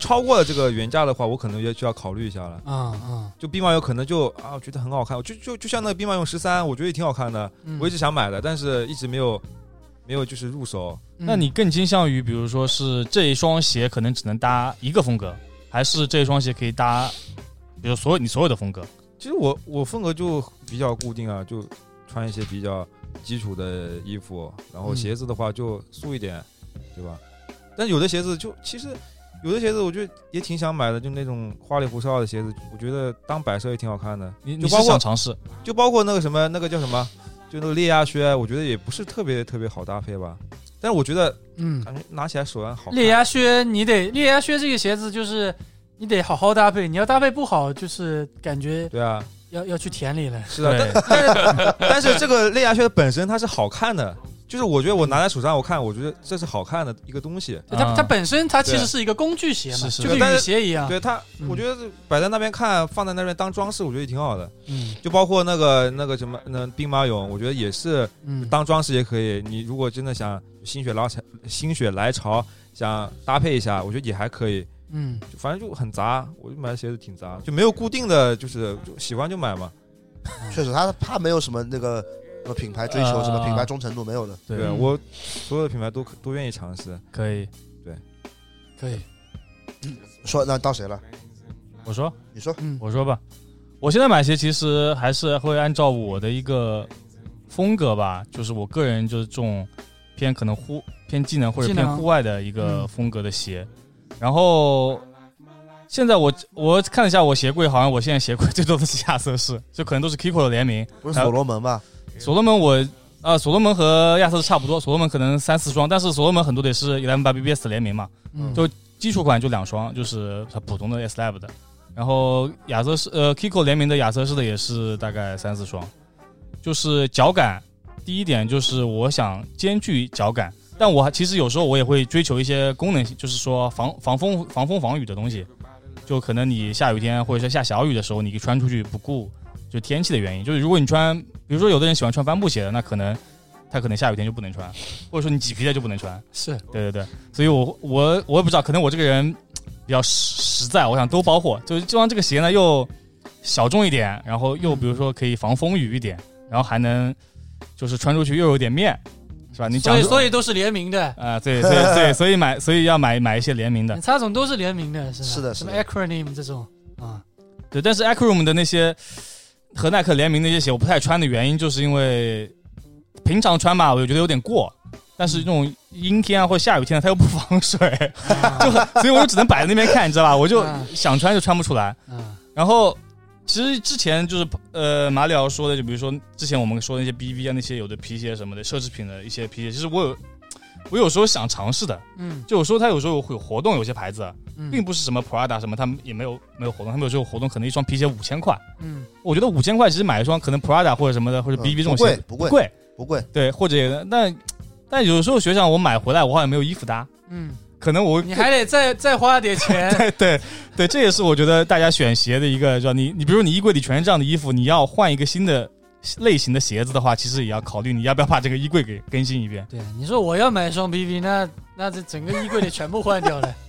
超过了这个原价的话，我可能也就要考虑一下了。就兵马俑可能就我觉得很好看，就像那个兵马俑13，我觉得也挺好看的，我一直想买的，但是一直没有就是入手。 那你更倾向于比如说是这一双鞋可能只能搭一个风格，还是这一双鞋可以搭比如你所有的风格？ 其实我风格就比较固定啊，就穿一些比较基础的衣服，然后鞋子的话就素一点，对吧？但有的鞋子其实有的鞋子我觉得也挺想买的，就那种花里胡哨的鞋子，我觉得当摆设也挺好看的。 你是想尝试？ 就包括那个什么，那个叫什么，就那个烈鸭靴，我觉得也不是特别特别好搭配吧。但是我觉得，感觉拿起来手感好看。 烈鸭靴烈鸭靴这个鞋子就是你得好好搭配，你要搭配不好，就是感觉对啊， 要去田里了。 是的，但是这个烈鸭靴本身它是好看的。就是我觉得我拿在手上，我觉得这是好看的一个东西。 它本身它其实是一个工具鞋嘛，就跟雨鞋一样。 对它，我觉得摆在那边看，放在那边当装饰，我觉得也挺好的。就包括那个什么，那兵马俑，我觉得也是当装饰也可以。你如果真的想心血来潮想搭配一下，我觉得也还可以。反正就很杂，我就买的鞋子挺杂，就没有固定的，就喜欢就买嘛。 确实，他没有什么那个。品牌追求什么品牌忠诚度没有的， 对我所有的品牌都愿意尝试， 可以， 对， 可以。 说那到谁了？ 我说， 你说， 我说吧。我现在买鞋其实还是会按照我的一个风格吧，就是我个人就是这种偏可能偏技能或者偏户外的一个风格的鞋。然后现在我看了一下我鞋柜，好像我现在鞋柜最多的是亚瑟士，就可能都是 Kiko 的联名， 不是所罗门吧？ 所罗门所罗门和亚瑟士差不多，所罗门可能3-4双，但是所罗门很多得是 118BBS 的联名嘛，就基础款就2双，就是它普通的 S Lab 的，然后亚瑟士Kiko 联名的亚瑟士的也是大概3-4双。就是脚感，第一点就是我想兼具脚感，但我其实有时候我也会追求一些功能性，就是说防风防雨的东西，就可能你下雨天或者是下小雨的时候，你可以穿出去不顾就天气的原因，就是如果你穿，比如说有的人喜欢穿帆布鞋的，那他可能下雨天就不能穿，或者说你麂皮的就不能穿。 是， 对，所以我也不知道，可能我这个人比较实在，我想都包括，就希望这个鞋呢又小众一点，然后又比如说可以防风雨一点，然后还能就是穿出去又有点面，是吧？你讲所以都是联名的啊，对，所以要买一些联名的。 插总都是联名的，是的， 什么 Acronym 这种啊？ 对，但是 Acronym 的那些和耐克联名那些鞋我不太穿的原因，就是因为平常穿吧，我就觉得有点过，但是那种阴天啊或者下雨天它又不防水，所以我就只能摆在那边看，你知道吧？我就想穿就穿不出来。然后其实之前就是马里奥说的，就比如说之前我们说的那些 BV 啊，那些有的皮鞋什么的奢侈品的一些皮鞋，其实我有时候想尝试的，就有时候它有时候会有活动，有些牌子，并不是什么 Prada 什么，他们也没有活动，他们有时候活动可能一双皮鞋5000块，我觉得5000块其实买一双可能 Prada 或者什么的或者 BV 这种鞋不贵， 对，或者但有时候学长我买回来我好像没有衣服搭，可能你还得再花点钱， 对，这也是我觉得大家选鞋的一个，知道你比如你衣柜里全是这样的衣服，你要换一个新的类型的鞋子的话，其实也要考虑你要不要把这个衣柜给更新一遍。 对，你说我要买一双 BB， 那这整个衣柜里全部换掉了。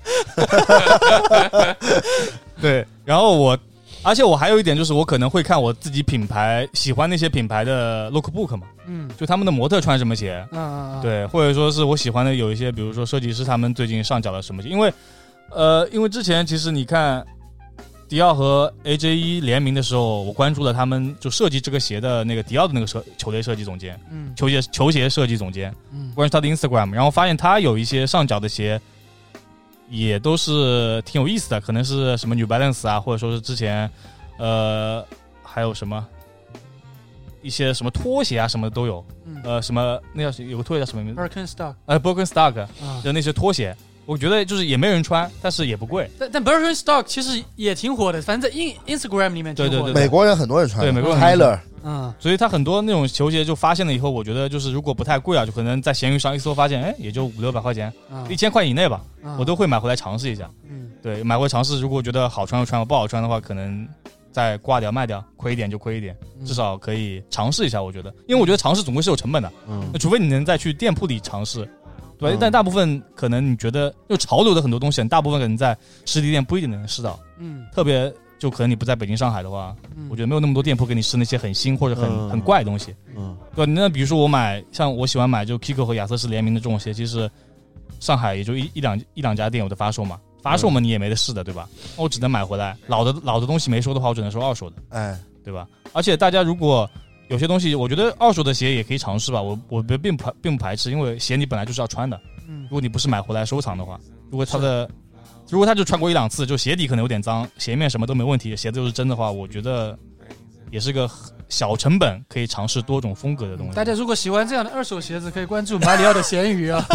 对，然后而且我还有一点就是，我可能会看我自己品牌喜欢那些品牌的 lookbook 嘛，就他们的模特穿什么鞋，对，或者说是我喜欢的有一些，比如说设计师他们最近上脚了什么鞋，因为之前其实你看。迪奥和 AJ1 联名的时候，我关注了他们就设计这个鞋的那个迪奥的那个球队设计总监，球鞋设计总监，关注他的 Instagram， 然后发现他有一些上脚的鞋也都是挺有意思的，可能是什么 New Balance 啊，或者说是之前还有什么一些什么拖鞋啊什么的都有，什么那叫有个拖鞋叫什么名字 ？Birkenstock，就那些拖鞋。我觉得就是也没人穿，但是也不贵。 但 Birkenstock 其实也挺火的，反正在 Instagram 里面挺火的。 对，美国人很多人穿。 对，美国人 Tyler， 所以他很多那种球鞋就发现了以后，我觉得就是如果不太贵啊，就可能在闲鱼上一搜发现，哎，也就500-600块钱，1000块以内吧，我都会买回来尝试一下。对，买回来尝试，如果觉得好穿就穿，不好穿的话，可能再挂掉卖掉，亏一点就亏一点，至少可以尝试一下。我觉得，因为我觉得尝试总归是有成本的，那除非你能再去店铺里尝试。 对，但大部分可能你觉得就潮流的很多东西，大部分可能在实体店不一定能试到。特别就可能你不在北京、上海的话，我觉得没有那么多店铺给你试那些很新或者很怪的东西。对，那比如说我喜欢买就 Kiko 和亚瑟士联名的这种鞋，其实上海也就一两家店有的发售嘛。发售嘛，你也没得试的，对吧？我只能买回来，老的东西没收的话，我只能收二手的，对吧？而且大家如果有些东西，我觉得二手的鞋也可以尝试吧，我并不排斥，因为鞋你本来就是要穿的，如果你不是买回来收藏的话，如果他就穿过1-2次，就鞋底可能有点脏，鞋面什么都没问题，鞋子又是真的话，我觉得也是个小成本可以尝试多种风格的东西。 大家如果喜欢这样的二手鞋子，可以关注马里奥的闲鱼啊，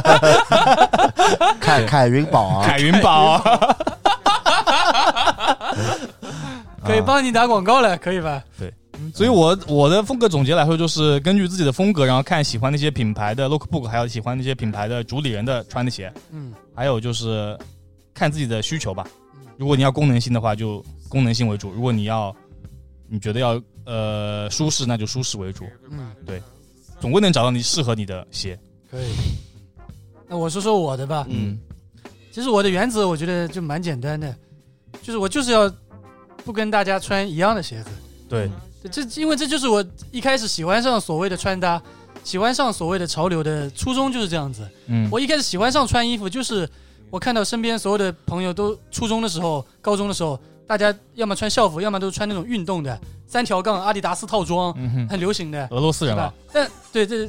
凯云宝啊， 凯云宝， 可以帮你打广告了，可以吧？ 对，所以我的风格总结来说，就是根据自己的风格，然后看喜欢那些品牌的 lookbook， 还有喜欢那些品牌的主理人的穿的鞋，还有就是看自己的需求吧。如果你要功能性的话，就功能性为主；如果你觉得要舒适，那就舒适为主。对，总归能找到你适合你的鞋。 可以。那我说说我的吧。其实我的原则我觉得就蛮简单的，就是我就是要不跟大家穿一样的鞋子。 对， 因为这就是我一开始喜欢上所谓的穿搭，喜欢上所谓的潮流的初衷就是这样子。我一开始喜欢上穿衣服，就是我看到身边所有的朋友都初中的时候、高中的时候，大家要么穿校服，要么都穿那种运动的3条杠阿迪达斯套装，很流行的。 俄罗斯人吧？ 但对这，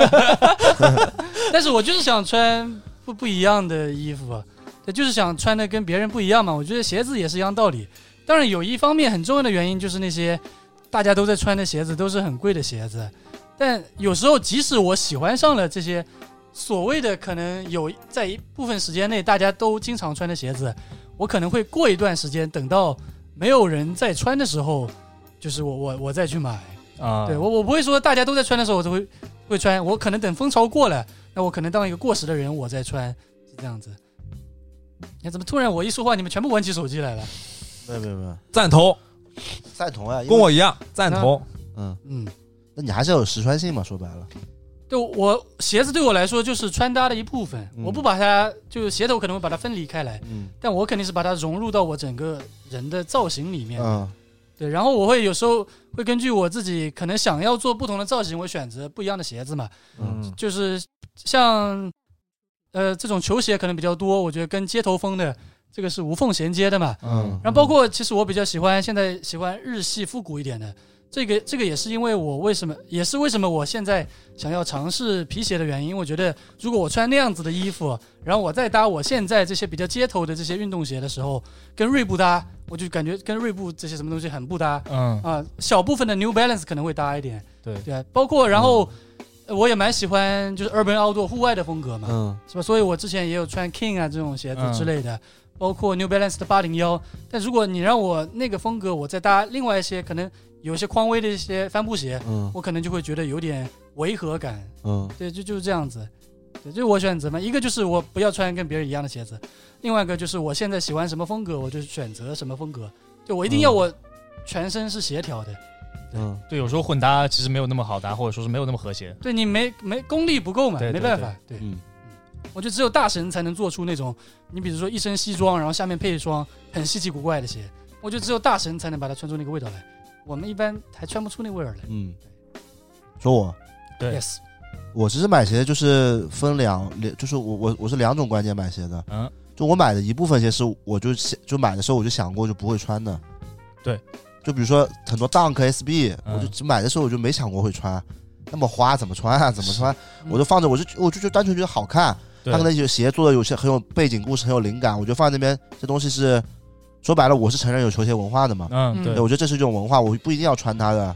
但是我就是想穿不一样的衣服啊，对，就是想穿的跟别人不一样嘛。我觉得鞋子也是一样道理。当然有一方面很重要的原因就是那些大家都在穿的鞋子都是很贵的鞋子，但有时候即使我喜欢上了这些所谓的可能有在一部分时间内大家都经常穿的鞋子，我可能会过一段时间等到没有人在穿的时候，就是我再去买啊。对，我不会说大家都在穿的时候我就会穿，我可能等风潮过了，那我可能当一个过时的人我再穿，是这样子。你看怎么突然我一说话你们全部玩起手机来了？ 没有， 赞同啊， 跟我一样赞同。 那你还是要有实穿性嘛，说白了。 对，我鞋子对我来说就是穿搭的一部分，我不把它就是鞋头可能会把它分离开来，但我肯定是把它融入到我整个人的造型里面。对，然后我会有时候会根据我自己可能想要做不同的造型，我选择不一样的鞋子嘛。就是像这种球鞋可能比较多，我觉得跟街头风的这个是无缝衔接的嘛。然后包括其实我比较现在喜欢日系复古一点的。这个也是因为为什么我现在想要尝试皮鞋的原因。我觉得如果我穿那样子的衣服，然后我再搭我现在这些比较街头的这些运动鞋的时候，跟锐步搭，我就感觉跟锐步这些什么东西很不搭。小部分的 New Balance 可能会搭一点。对，包括然后我也蛮喜欢就是 Urban Outdoor 户外的风格嘛，是吧？所以我之前也有穿 King 啊这种鞋子之类的，包括 New Balance 的801。但如果你让我那个风格，我再搭另外一些可能有一些匡威的一些帆布鞋，我可能就会觉得有点违和感。对，就是这样子。对，就是我选择嘛。一个就是我不要穿跟别人一样的鞋子，另外一个就是我现在喜欢什么风格，我就选择什么风格。就我一定要我全身是协调的。 对，有时候混搭其实没有那么好搭，或者说是没有那么和谐。 对，你没功力不够嘛，没办法。对，我觉得只有大神才能做出那种，你比如说一身西装，然后下面配一双很稀奇古怪的鞋，我觉得只有大神才能把它穿出那个味道来。我们一般还穿不出那味儿来。 说我对 ，yes， 我其实买鞋就是分就是我是2种观点买鞋的。就我买的一部分鞋是我就买的时候我就想过就不会穿的。 对， 就比如说很多 Dunk SB，我就买的时候我就没想过会穿，那么花怎么穿啊？怎么穿？我就放着，我就单纯觉得好看。它可能有鞋做的有些很有背景故事，很有灵感，我就放在那边。这东西是说白了，我是承认有球鞋文化的嘛。对，我觉得这是一种文化，我不一定要穿它的。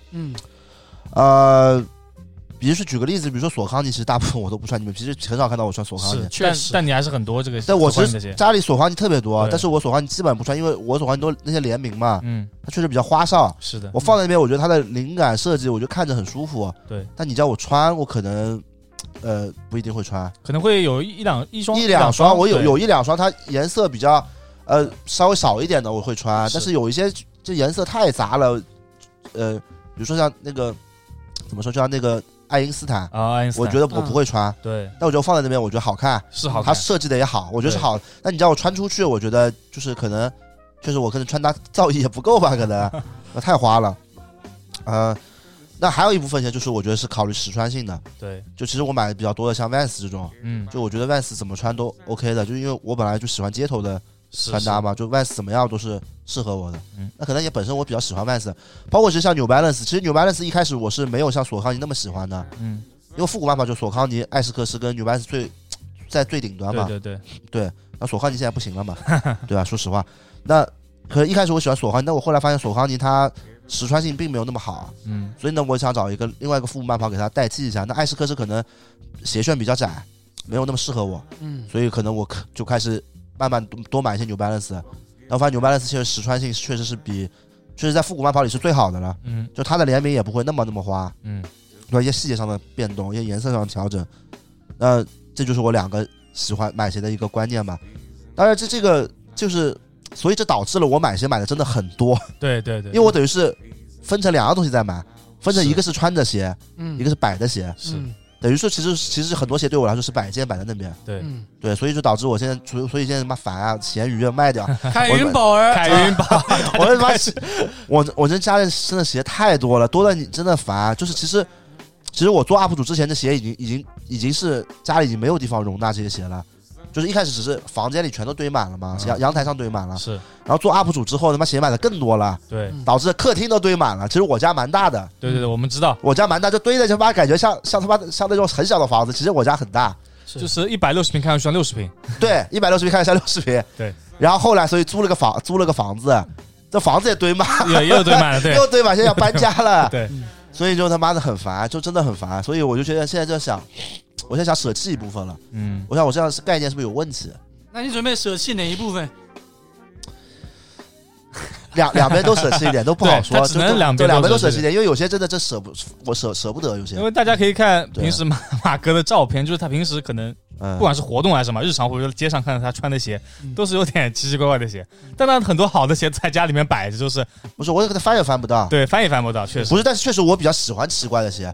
比如说举个例子，比如说索康尼，其实大部分我都不穿，你们其实很少看到我穿索康尼。 确实， 但你还是很多这个。 但我其实家里索康尼特别多，但是我索康尼基本不穿，因为我索康尼都那些联名嘛，它确实比较花哨。 是的， 我放在那边，我觉得它的灵感设计，我觉得看着很舒服。 对， 但你叫我穿，我可能不一定会穿， 可能会有一两双，我有一两双，它颜色比较稍微少一点的我会穿，但是有一些这颜色太杂了，比如说像那个怎么说，就像那个爱因斯坦啊，爱因斯坦， 我觉得我不会穿， 对， 但我觉得放在那边我觉得好看， 是好看， 它设计的也好，我觉得是好。那你叫我穿出去，我觉得就是可能，就是我可能穿搭造诣也不够吧，可能太花了。那还有一部分钱就是我觉得是考虑实穿性的， 对， 就其实我买的比较多的像 Vans 这种，就我觉得 Vans 怎么穿都 OK 的，就因为我本来就喜欢街头的穿搭嘛，就 Vans 怎么样都是适合我的。那可能也本身我比较喜欢 Vans， 包括其实像 New Balance， 其实 New Balance 一开始我是没有像索康尼那么喜欢的，因为复古慢跑就索康尼、艾斯克斯跟 New Balance 在最顶端嘛，对，那索康尼现在不行了嘛，对吧？说实话，那可能一开始我喜欢索康尼，但我后来发现索康尼它实穿性并没有那么好，所以呢，我想找另外一个复古慢跑给它代替一下。那艾斯克斯可能鞋楦比较窄，没有那么适合我，所以可能我就开始慢慢多买一些 New Balance， 然后发现 New Balance 其实实穿性确实在复古慢跑里是最好的了，就它的联名也不会那么花，对，一些细节上的变动，一些颜色上的调整，那这就是我两个喜欢买鞋的一个观念吧。当然这个就是。所以这导致了我买鞋买的真的很多， 对， 因为我等于是分成两个东西在买，分成一个是穿的鞋，一个是摆的鞋， 是等于说其实很多鞋对我来说是摆件摆在那边，对，所以就导致我现在所以现在他妈烦啊，闲鱼卖掉， 凯云宝儿， 我他妈我这家里真的鞋太多了，多的你真的烦，就是其实我做 UP 主之前的鞋已经是家里已经没有地方容纳这些鞋了。就是一开始只是房间里全都堆满了嘛，阳台上堆满了， 是。 然后做 UP 主之后，他妈鞋买的更多了， 对， 导致客厅都堆满了。其实我家蛮大的， 对，我们知道， 我家蛮大，就堆的他妈感觉像他妈像那种很小的房子。其实我家很大， 就是160平看上去像60平， 对，160平看上去像60平， 对。 然后后来所以租了个房子，这房子也堆满， 又堆满了，对， 又堆满，现在要搬家了， 对。 所以就他妈的很烦，就真的很烦。所以我就觉得现在就想，我现在想舍弃一部分了，我想我这样概念是不是有问题？ 那你准备舍弃哪一部分？ 两边都舍弃一点都不好说， 只能两边都舍弃一点，因为有些真的我舍不得有些。 因为大家可以看平时马哥的照片，就是他平时可能不管是活动还是什么，日常或者街上看到他穿的鞋，都是有点奇奇怪怪的鞋。但他很多好的鞋在家里面摆着，就是不是我给他翻也翻不到， 对，翻也翻不到，确实不是。但是确实我比较喜欢奇怪的鞋，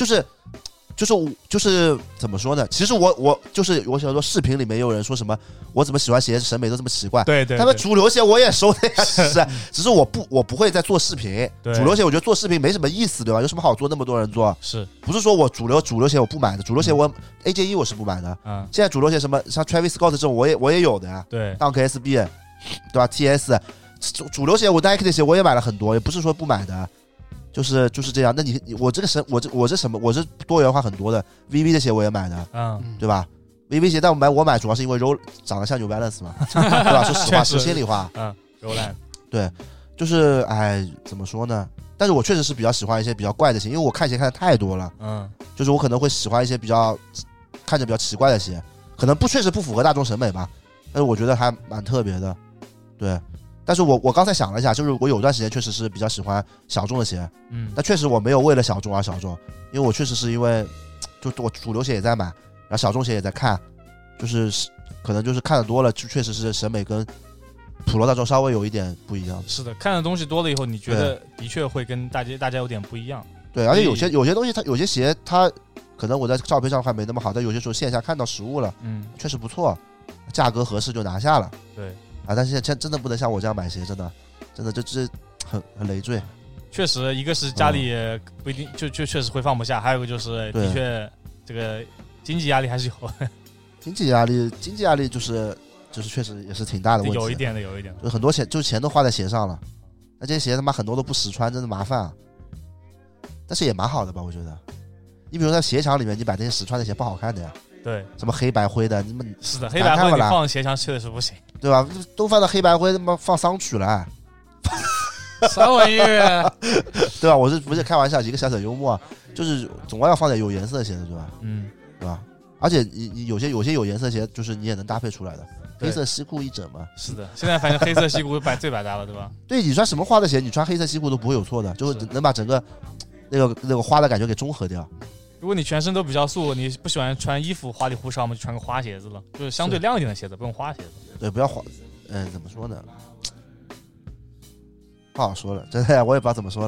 就是怎么说呢？其实我就是我想说，视频里面也有人说什么，我怎么喜欢鞋审美都这么奇怪。 对， 他们主流鞋我也收的呀，只是我不会再做视频。主流鞋我觉得做视频没什么意思，对吧？有什么好做那么多人做？ 是不是说我主流鞋我不买的？主流鞋我 AJ1 我是不买的。现在主流鞋什么像 Travis Scott 这种我也有的呀。 对 ，Dunk SB， 对吧 ？TS 主流鞋我 Nike 的鞋我也买了很多，也不是说不买的。就是这样，那我这多元化很多的 VV 的鞋我也买的，对吧 ？VV 鞋，但我买主要是因为长得像 New Balance 嘛，对吧？说实话，说心里话 ，Roland， 对，就是怎么说呢？但是我确实是比较喜欢一些比较怪的鞋，因为我看鞋看的太多了，就是我可能会喜欢一些比较看着比较奇怪的鞋，可能确实不符合大众审美吧，但是我觉得还蛮特别的，对。但是我刚才想了一下，就是我有段时间确实是比较喜欢小众的鞋，但确实我没有为了小众而小众，因为我确实是因为就我主流鞋也在买，然后小众鞋也在看，就是可能就是看的多了，就确实是审美跟普罗大众稍微有一点不一样。 是的，看的东西多了以后，你觉得的确会跟大家有点不一样。 对，而且有些东西有些鞋它可能我在照片上还没那么好，但有些时候线下看到实物了，确实不错，价格合适就拿下了。 对。 但是现在真的不能像我这样买鞋，真的这很累赘。 确实，一个是家里不一定就确实会放不下，还有一个就是的确这个经济压力还是有。 经济压力就是确实也是挺大的问题。 有一点， 就很多钱都花在鞋上了，那这些鞋他妈很多都不实穿，真的麻烦啊。但是也蛮好的吧，我觉得。你比如在鞋墙里面，你摆那些实穿的鞋不好看的呀。 对， 什么黑白灰的，你们是的，黑白灰你放鞋墙确实不行， 对吧？都放到黑白灰，他妈放桑曲了， 啥玩意儿？ 对吧？我是不是开玩笑，一个小幽默，就是总要放点有颜色的鞋的，对吧？对吧？而且你有些有颜色鞋，就是你也能搭配出来的，黑色西裤一整嘛。 是的，现在反正黑色西裤最百搭了，对吧？ 对，你穿什么花的鞋，你穿黑色西裤都不会有错的，就能把整个那个花的感觉给中和掉。 如果你全身都比较素，你不喜欢穿衣服花里胡哨嘛，就穿个花鞋子了，就是相对亮一点的鞋子，不用花鞋子。 对，不要花，怎么说呢？不好说了，真的，我也不知道怎么说了。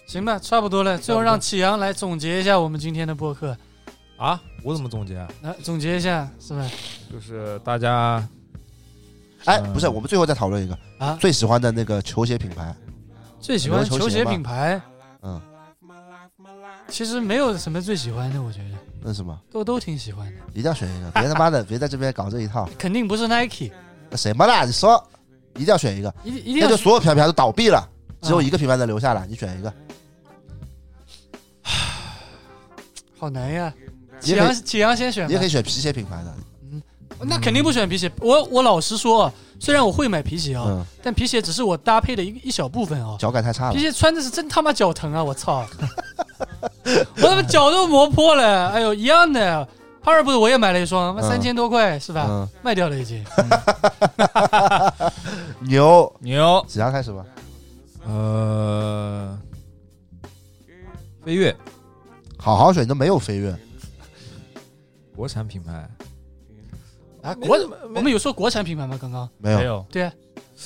行吧，差不多了。最后让启阳来总结一下我们今天的播客啊！我怎么总结啊？ 来总结一下是吧？ 就是大家， 不是，我们最后再讨论一个啊，最喜欢的那个球鞋品牌。 最喜欢球鞋品牌，其实没有什么最喜欢的，我觉得。 那什么？ 都挺喜欢的。 一定要选一个，别他妈的别在这边搞这一套。 肯定不是 Nike。 什么啦？你说，一定要选一个， 一定那就所有品牌都倒闭了，只有一个品牌能留下来，你选一个。 好难呀！启阳先选吧。 你也可以选皮鞋品牌的。 那肯定不选皮鞋。我老实说，虽然我会买皮鞋啊，但皮鞋只是我搭配的一小部分啊。 脚感太差了。 皮鞋穿的是真他妈脚疼啊！我操，我他妈脚都磨破了。哎呦，一样的。哈尔布我也买了一双，3000多块是吧？卖掉了已经。 牛， 几样开始吧？ 飞跃， 好好选，都没有飞跃。 国产品牌啊，我们有说国产品牌吗？刚刚没有。 对啊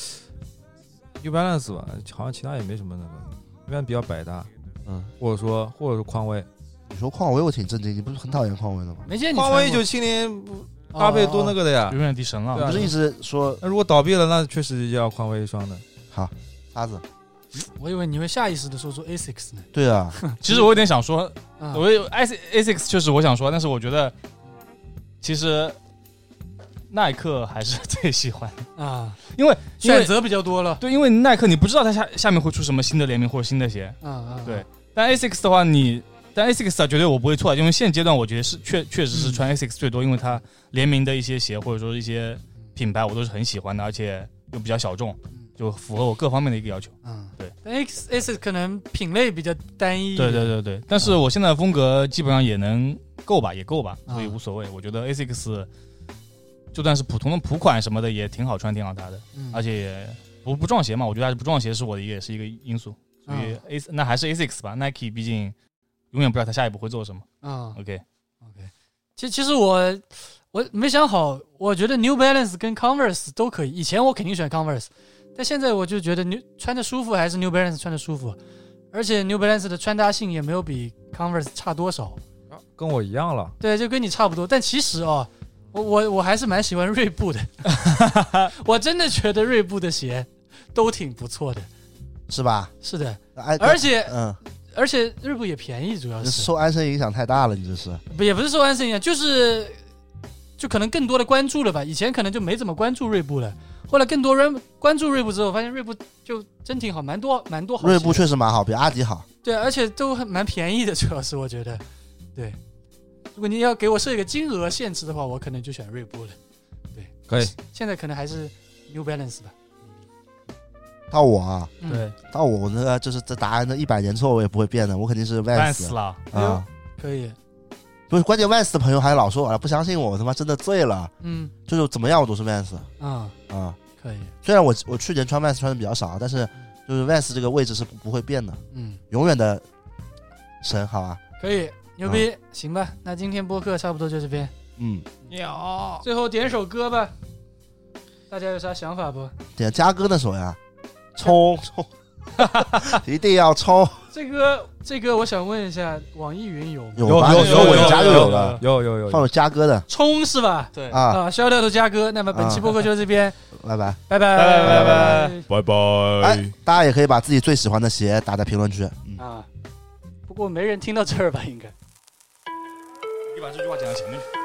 ，New Balance 吧，好像其他也没什么那个，一般比较百搭。或者说匡威。 你说匡威我挺震惊，你不是很讨厌匡威的吗？ 没见你匡威97年搭配多那个的呀， 永远的神了。 不是一直说， 那如果倒闭了，那确实要匡威一双的。 好，叉子。 我以为你会下意识的说出 ASICS 呢。 对啊， 其实我有点想说，我 ASICS 确实我想说，但是我觉得其实耐克还是最喜欢的啊， 因为选择比较多了。 对，因为耐克你不知道它下面会出什么新的联名或者新的鞋。对。但 ASICS 的话，但 ASICS 绝对我不会错，因为现阶段我觉得是确实是穿 ASICS 最多，因为它联名的一些鞋或者说一些品牌我都是很喜欢的，而且又比较小众，就符合我各方面的一个要求。对。 但 ASICS 可能品类比较单一。 对。但是我现在的风格基本上也能够吧，所以无所谓。我觉得 ASICS 就算是普通的普款什么的也挺好穿，挺好搭的，而且也不撞鞋嘛，我觉得不撞鞋是我的也是一个因素。所以那还是 ASICS 吧 ，Nike 毕竟永远不知道他下一步会做什么。OK， 其实我没想好，我觉得 New Balance 跟 Converse 都可以。以前我肯定选 Converse， 但现在我就觉得穿的舒服还是 New Balance 穿的舒服，而且 New Balance 的穿搭性也没有比 Converse 差多少。 跟我一样了。 对，就跟你差不多。但其实我还是蛮喜欢锐步的，我真的觉得锐步的鞋都挺不错的。 是吧？ 是的，而且锐步也便宜，主要是受安生影响太大了，你这是也不是受安生影响，就可能更多的关注了吧。以前可能就没怎么关注锐步了，后来更多人关注锐步之后，发现锐步就真挺好，蛮多好。 锐步确实蛮好，比阿迪好。 对，而且都蛮便宜的，主要是我觉得，对。如果你要给我设一个金额限制的话，我可能就选锐步了。对， 可以。 现在可能还是 New Balance 吧。 到我啊， 对， 到我那个就是这答案的100年之后我也不会变的，我肯定是 Vans 了啊， 可以。 不是关键 Vans 的朋友还老说我不相信我他妈真的醉了，就是怎么样我都是 Vans 可以。 虽然我去年穿 Vans 穿的比较少，但是就是 Vans 这个位置是不会变的，永远的神，好吧？ 可以，牛逼，行吧？那今天播客差不多就这边，最后点首歌吧，大家有啥想法不？ 点嘉哥那首呀。冲一定要冲！ 这个，我想问一下，网易云有我家就有了， 有放有嘉哥的冲是吧？ 对 shout out to嘉哥。那么本期播客就到这边， 拜拜拜拜。 大家也可以把自己最喜欢的鞋打在评论区不过没人听到这儿吧？应该。 你把这句话讲到前面去。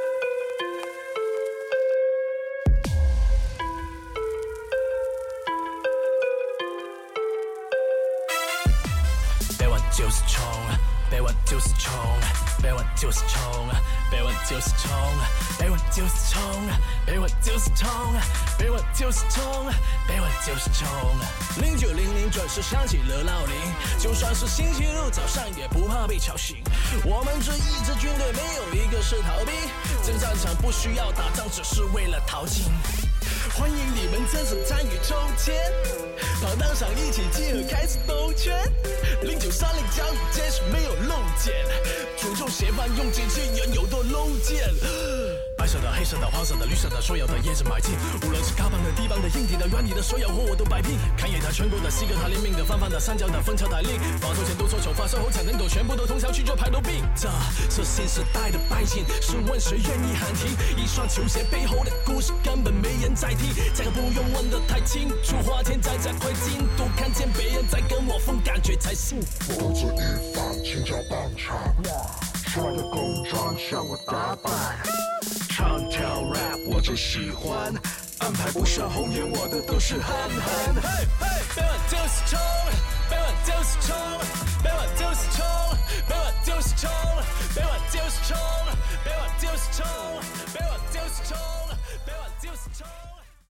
就是冲，北湾就是冲，北湾就是冲，北湾就是冲，北湾就是冲，北湾就是冲，北湾就是冲，北湾就是冲。0900准时响起了闹铃，就算是星期六早上也不怕被吵醒。我们这一支军队没有一个是逃兵，这战场不需要打仗，只是为了淘金。欢迎你们这次参与抽签，跑道上一起集合开始兜圈。0930交易结束没有漏检，注重协防用进去原有的漏箭。 色的、黑色的、黄色的、绿色的，所有的叶子买进。无论是高档的、低档的、硬体的、软体的，所有货我都摆平。看野他、全国的、西哥他、联名的、泛泛的、三角的、蜂巢带领。发售前都抽发售后抢人头，全部都通宵去做排毒病。这是新时代的拜金，试问谁愿意喊停？一双球鞋背后的故事根本没人在听，价格不用问得太清楚，花钱在加快进度，看见别人在跟我疯，感觉才幸福。 独自一方，轻脚棒场，帅的工装向我打扮，唱跳 rap 我最喜欢，安排不上红颜，我的都是憨憨。 嘿嘿，别问就是冲，别问就是冲，别问就是冲，别问就是冲，别问就是冲，别问就是冲，别问就是冲，别问就是冲。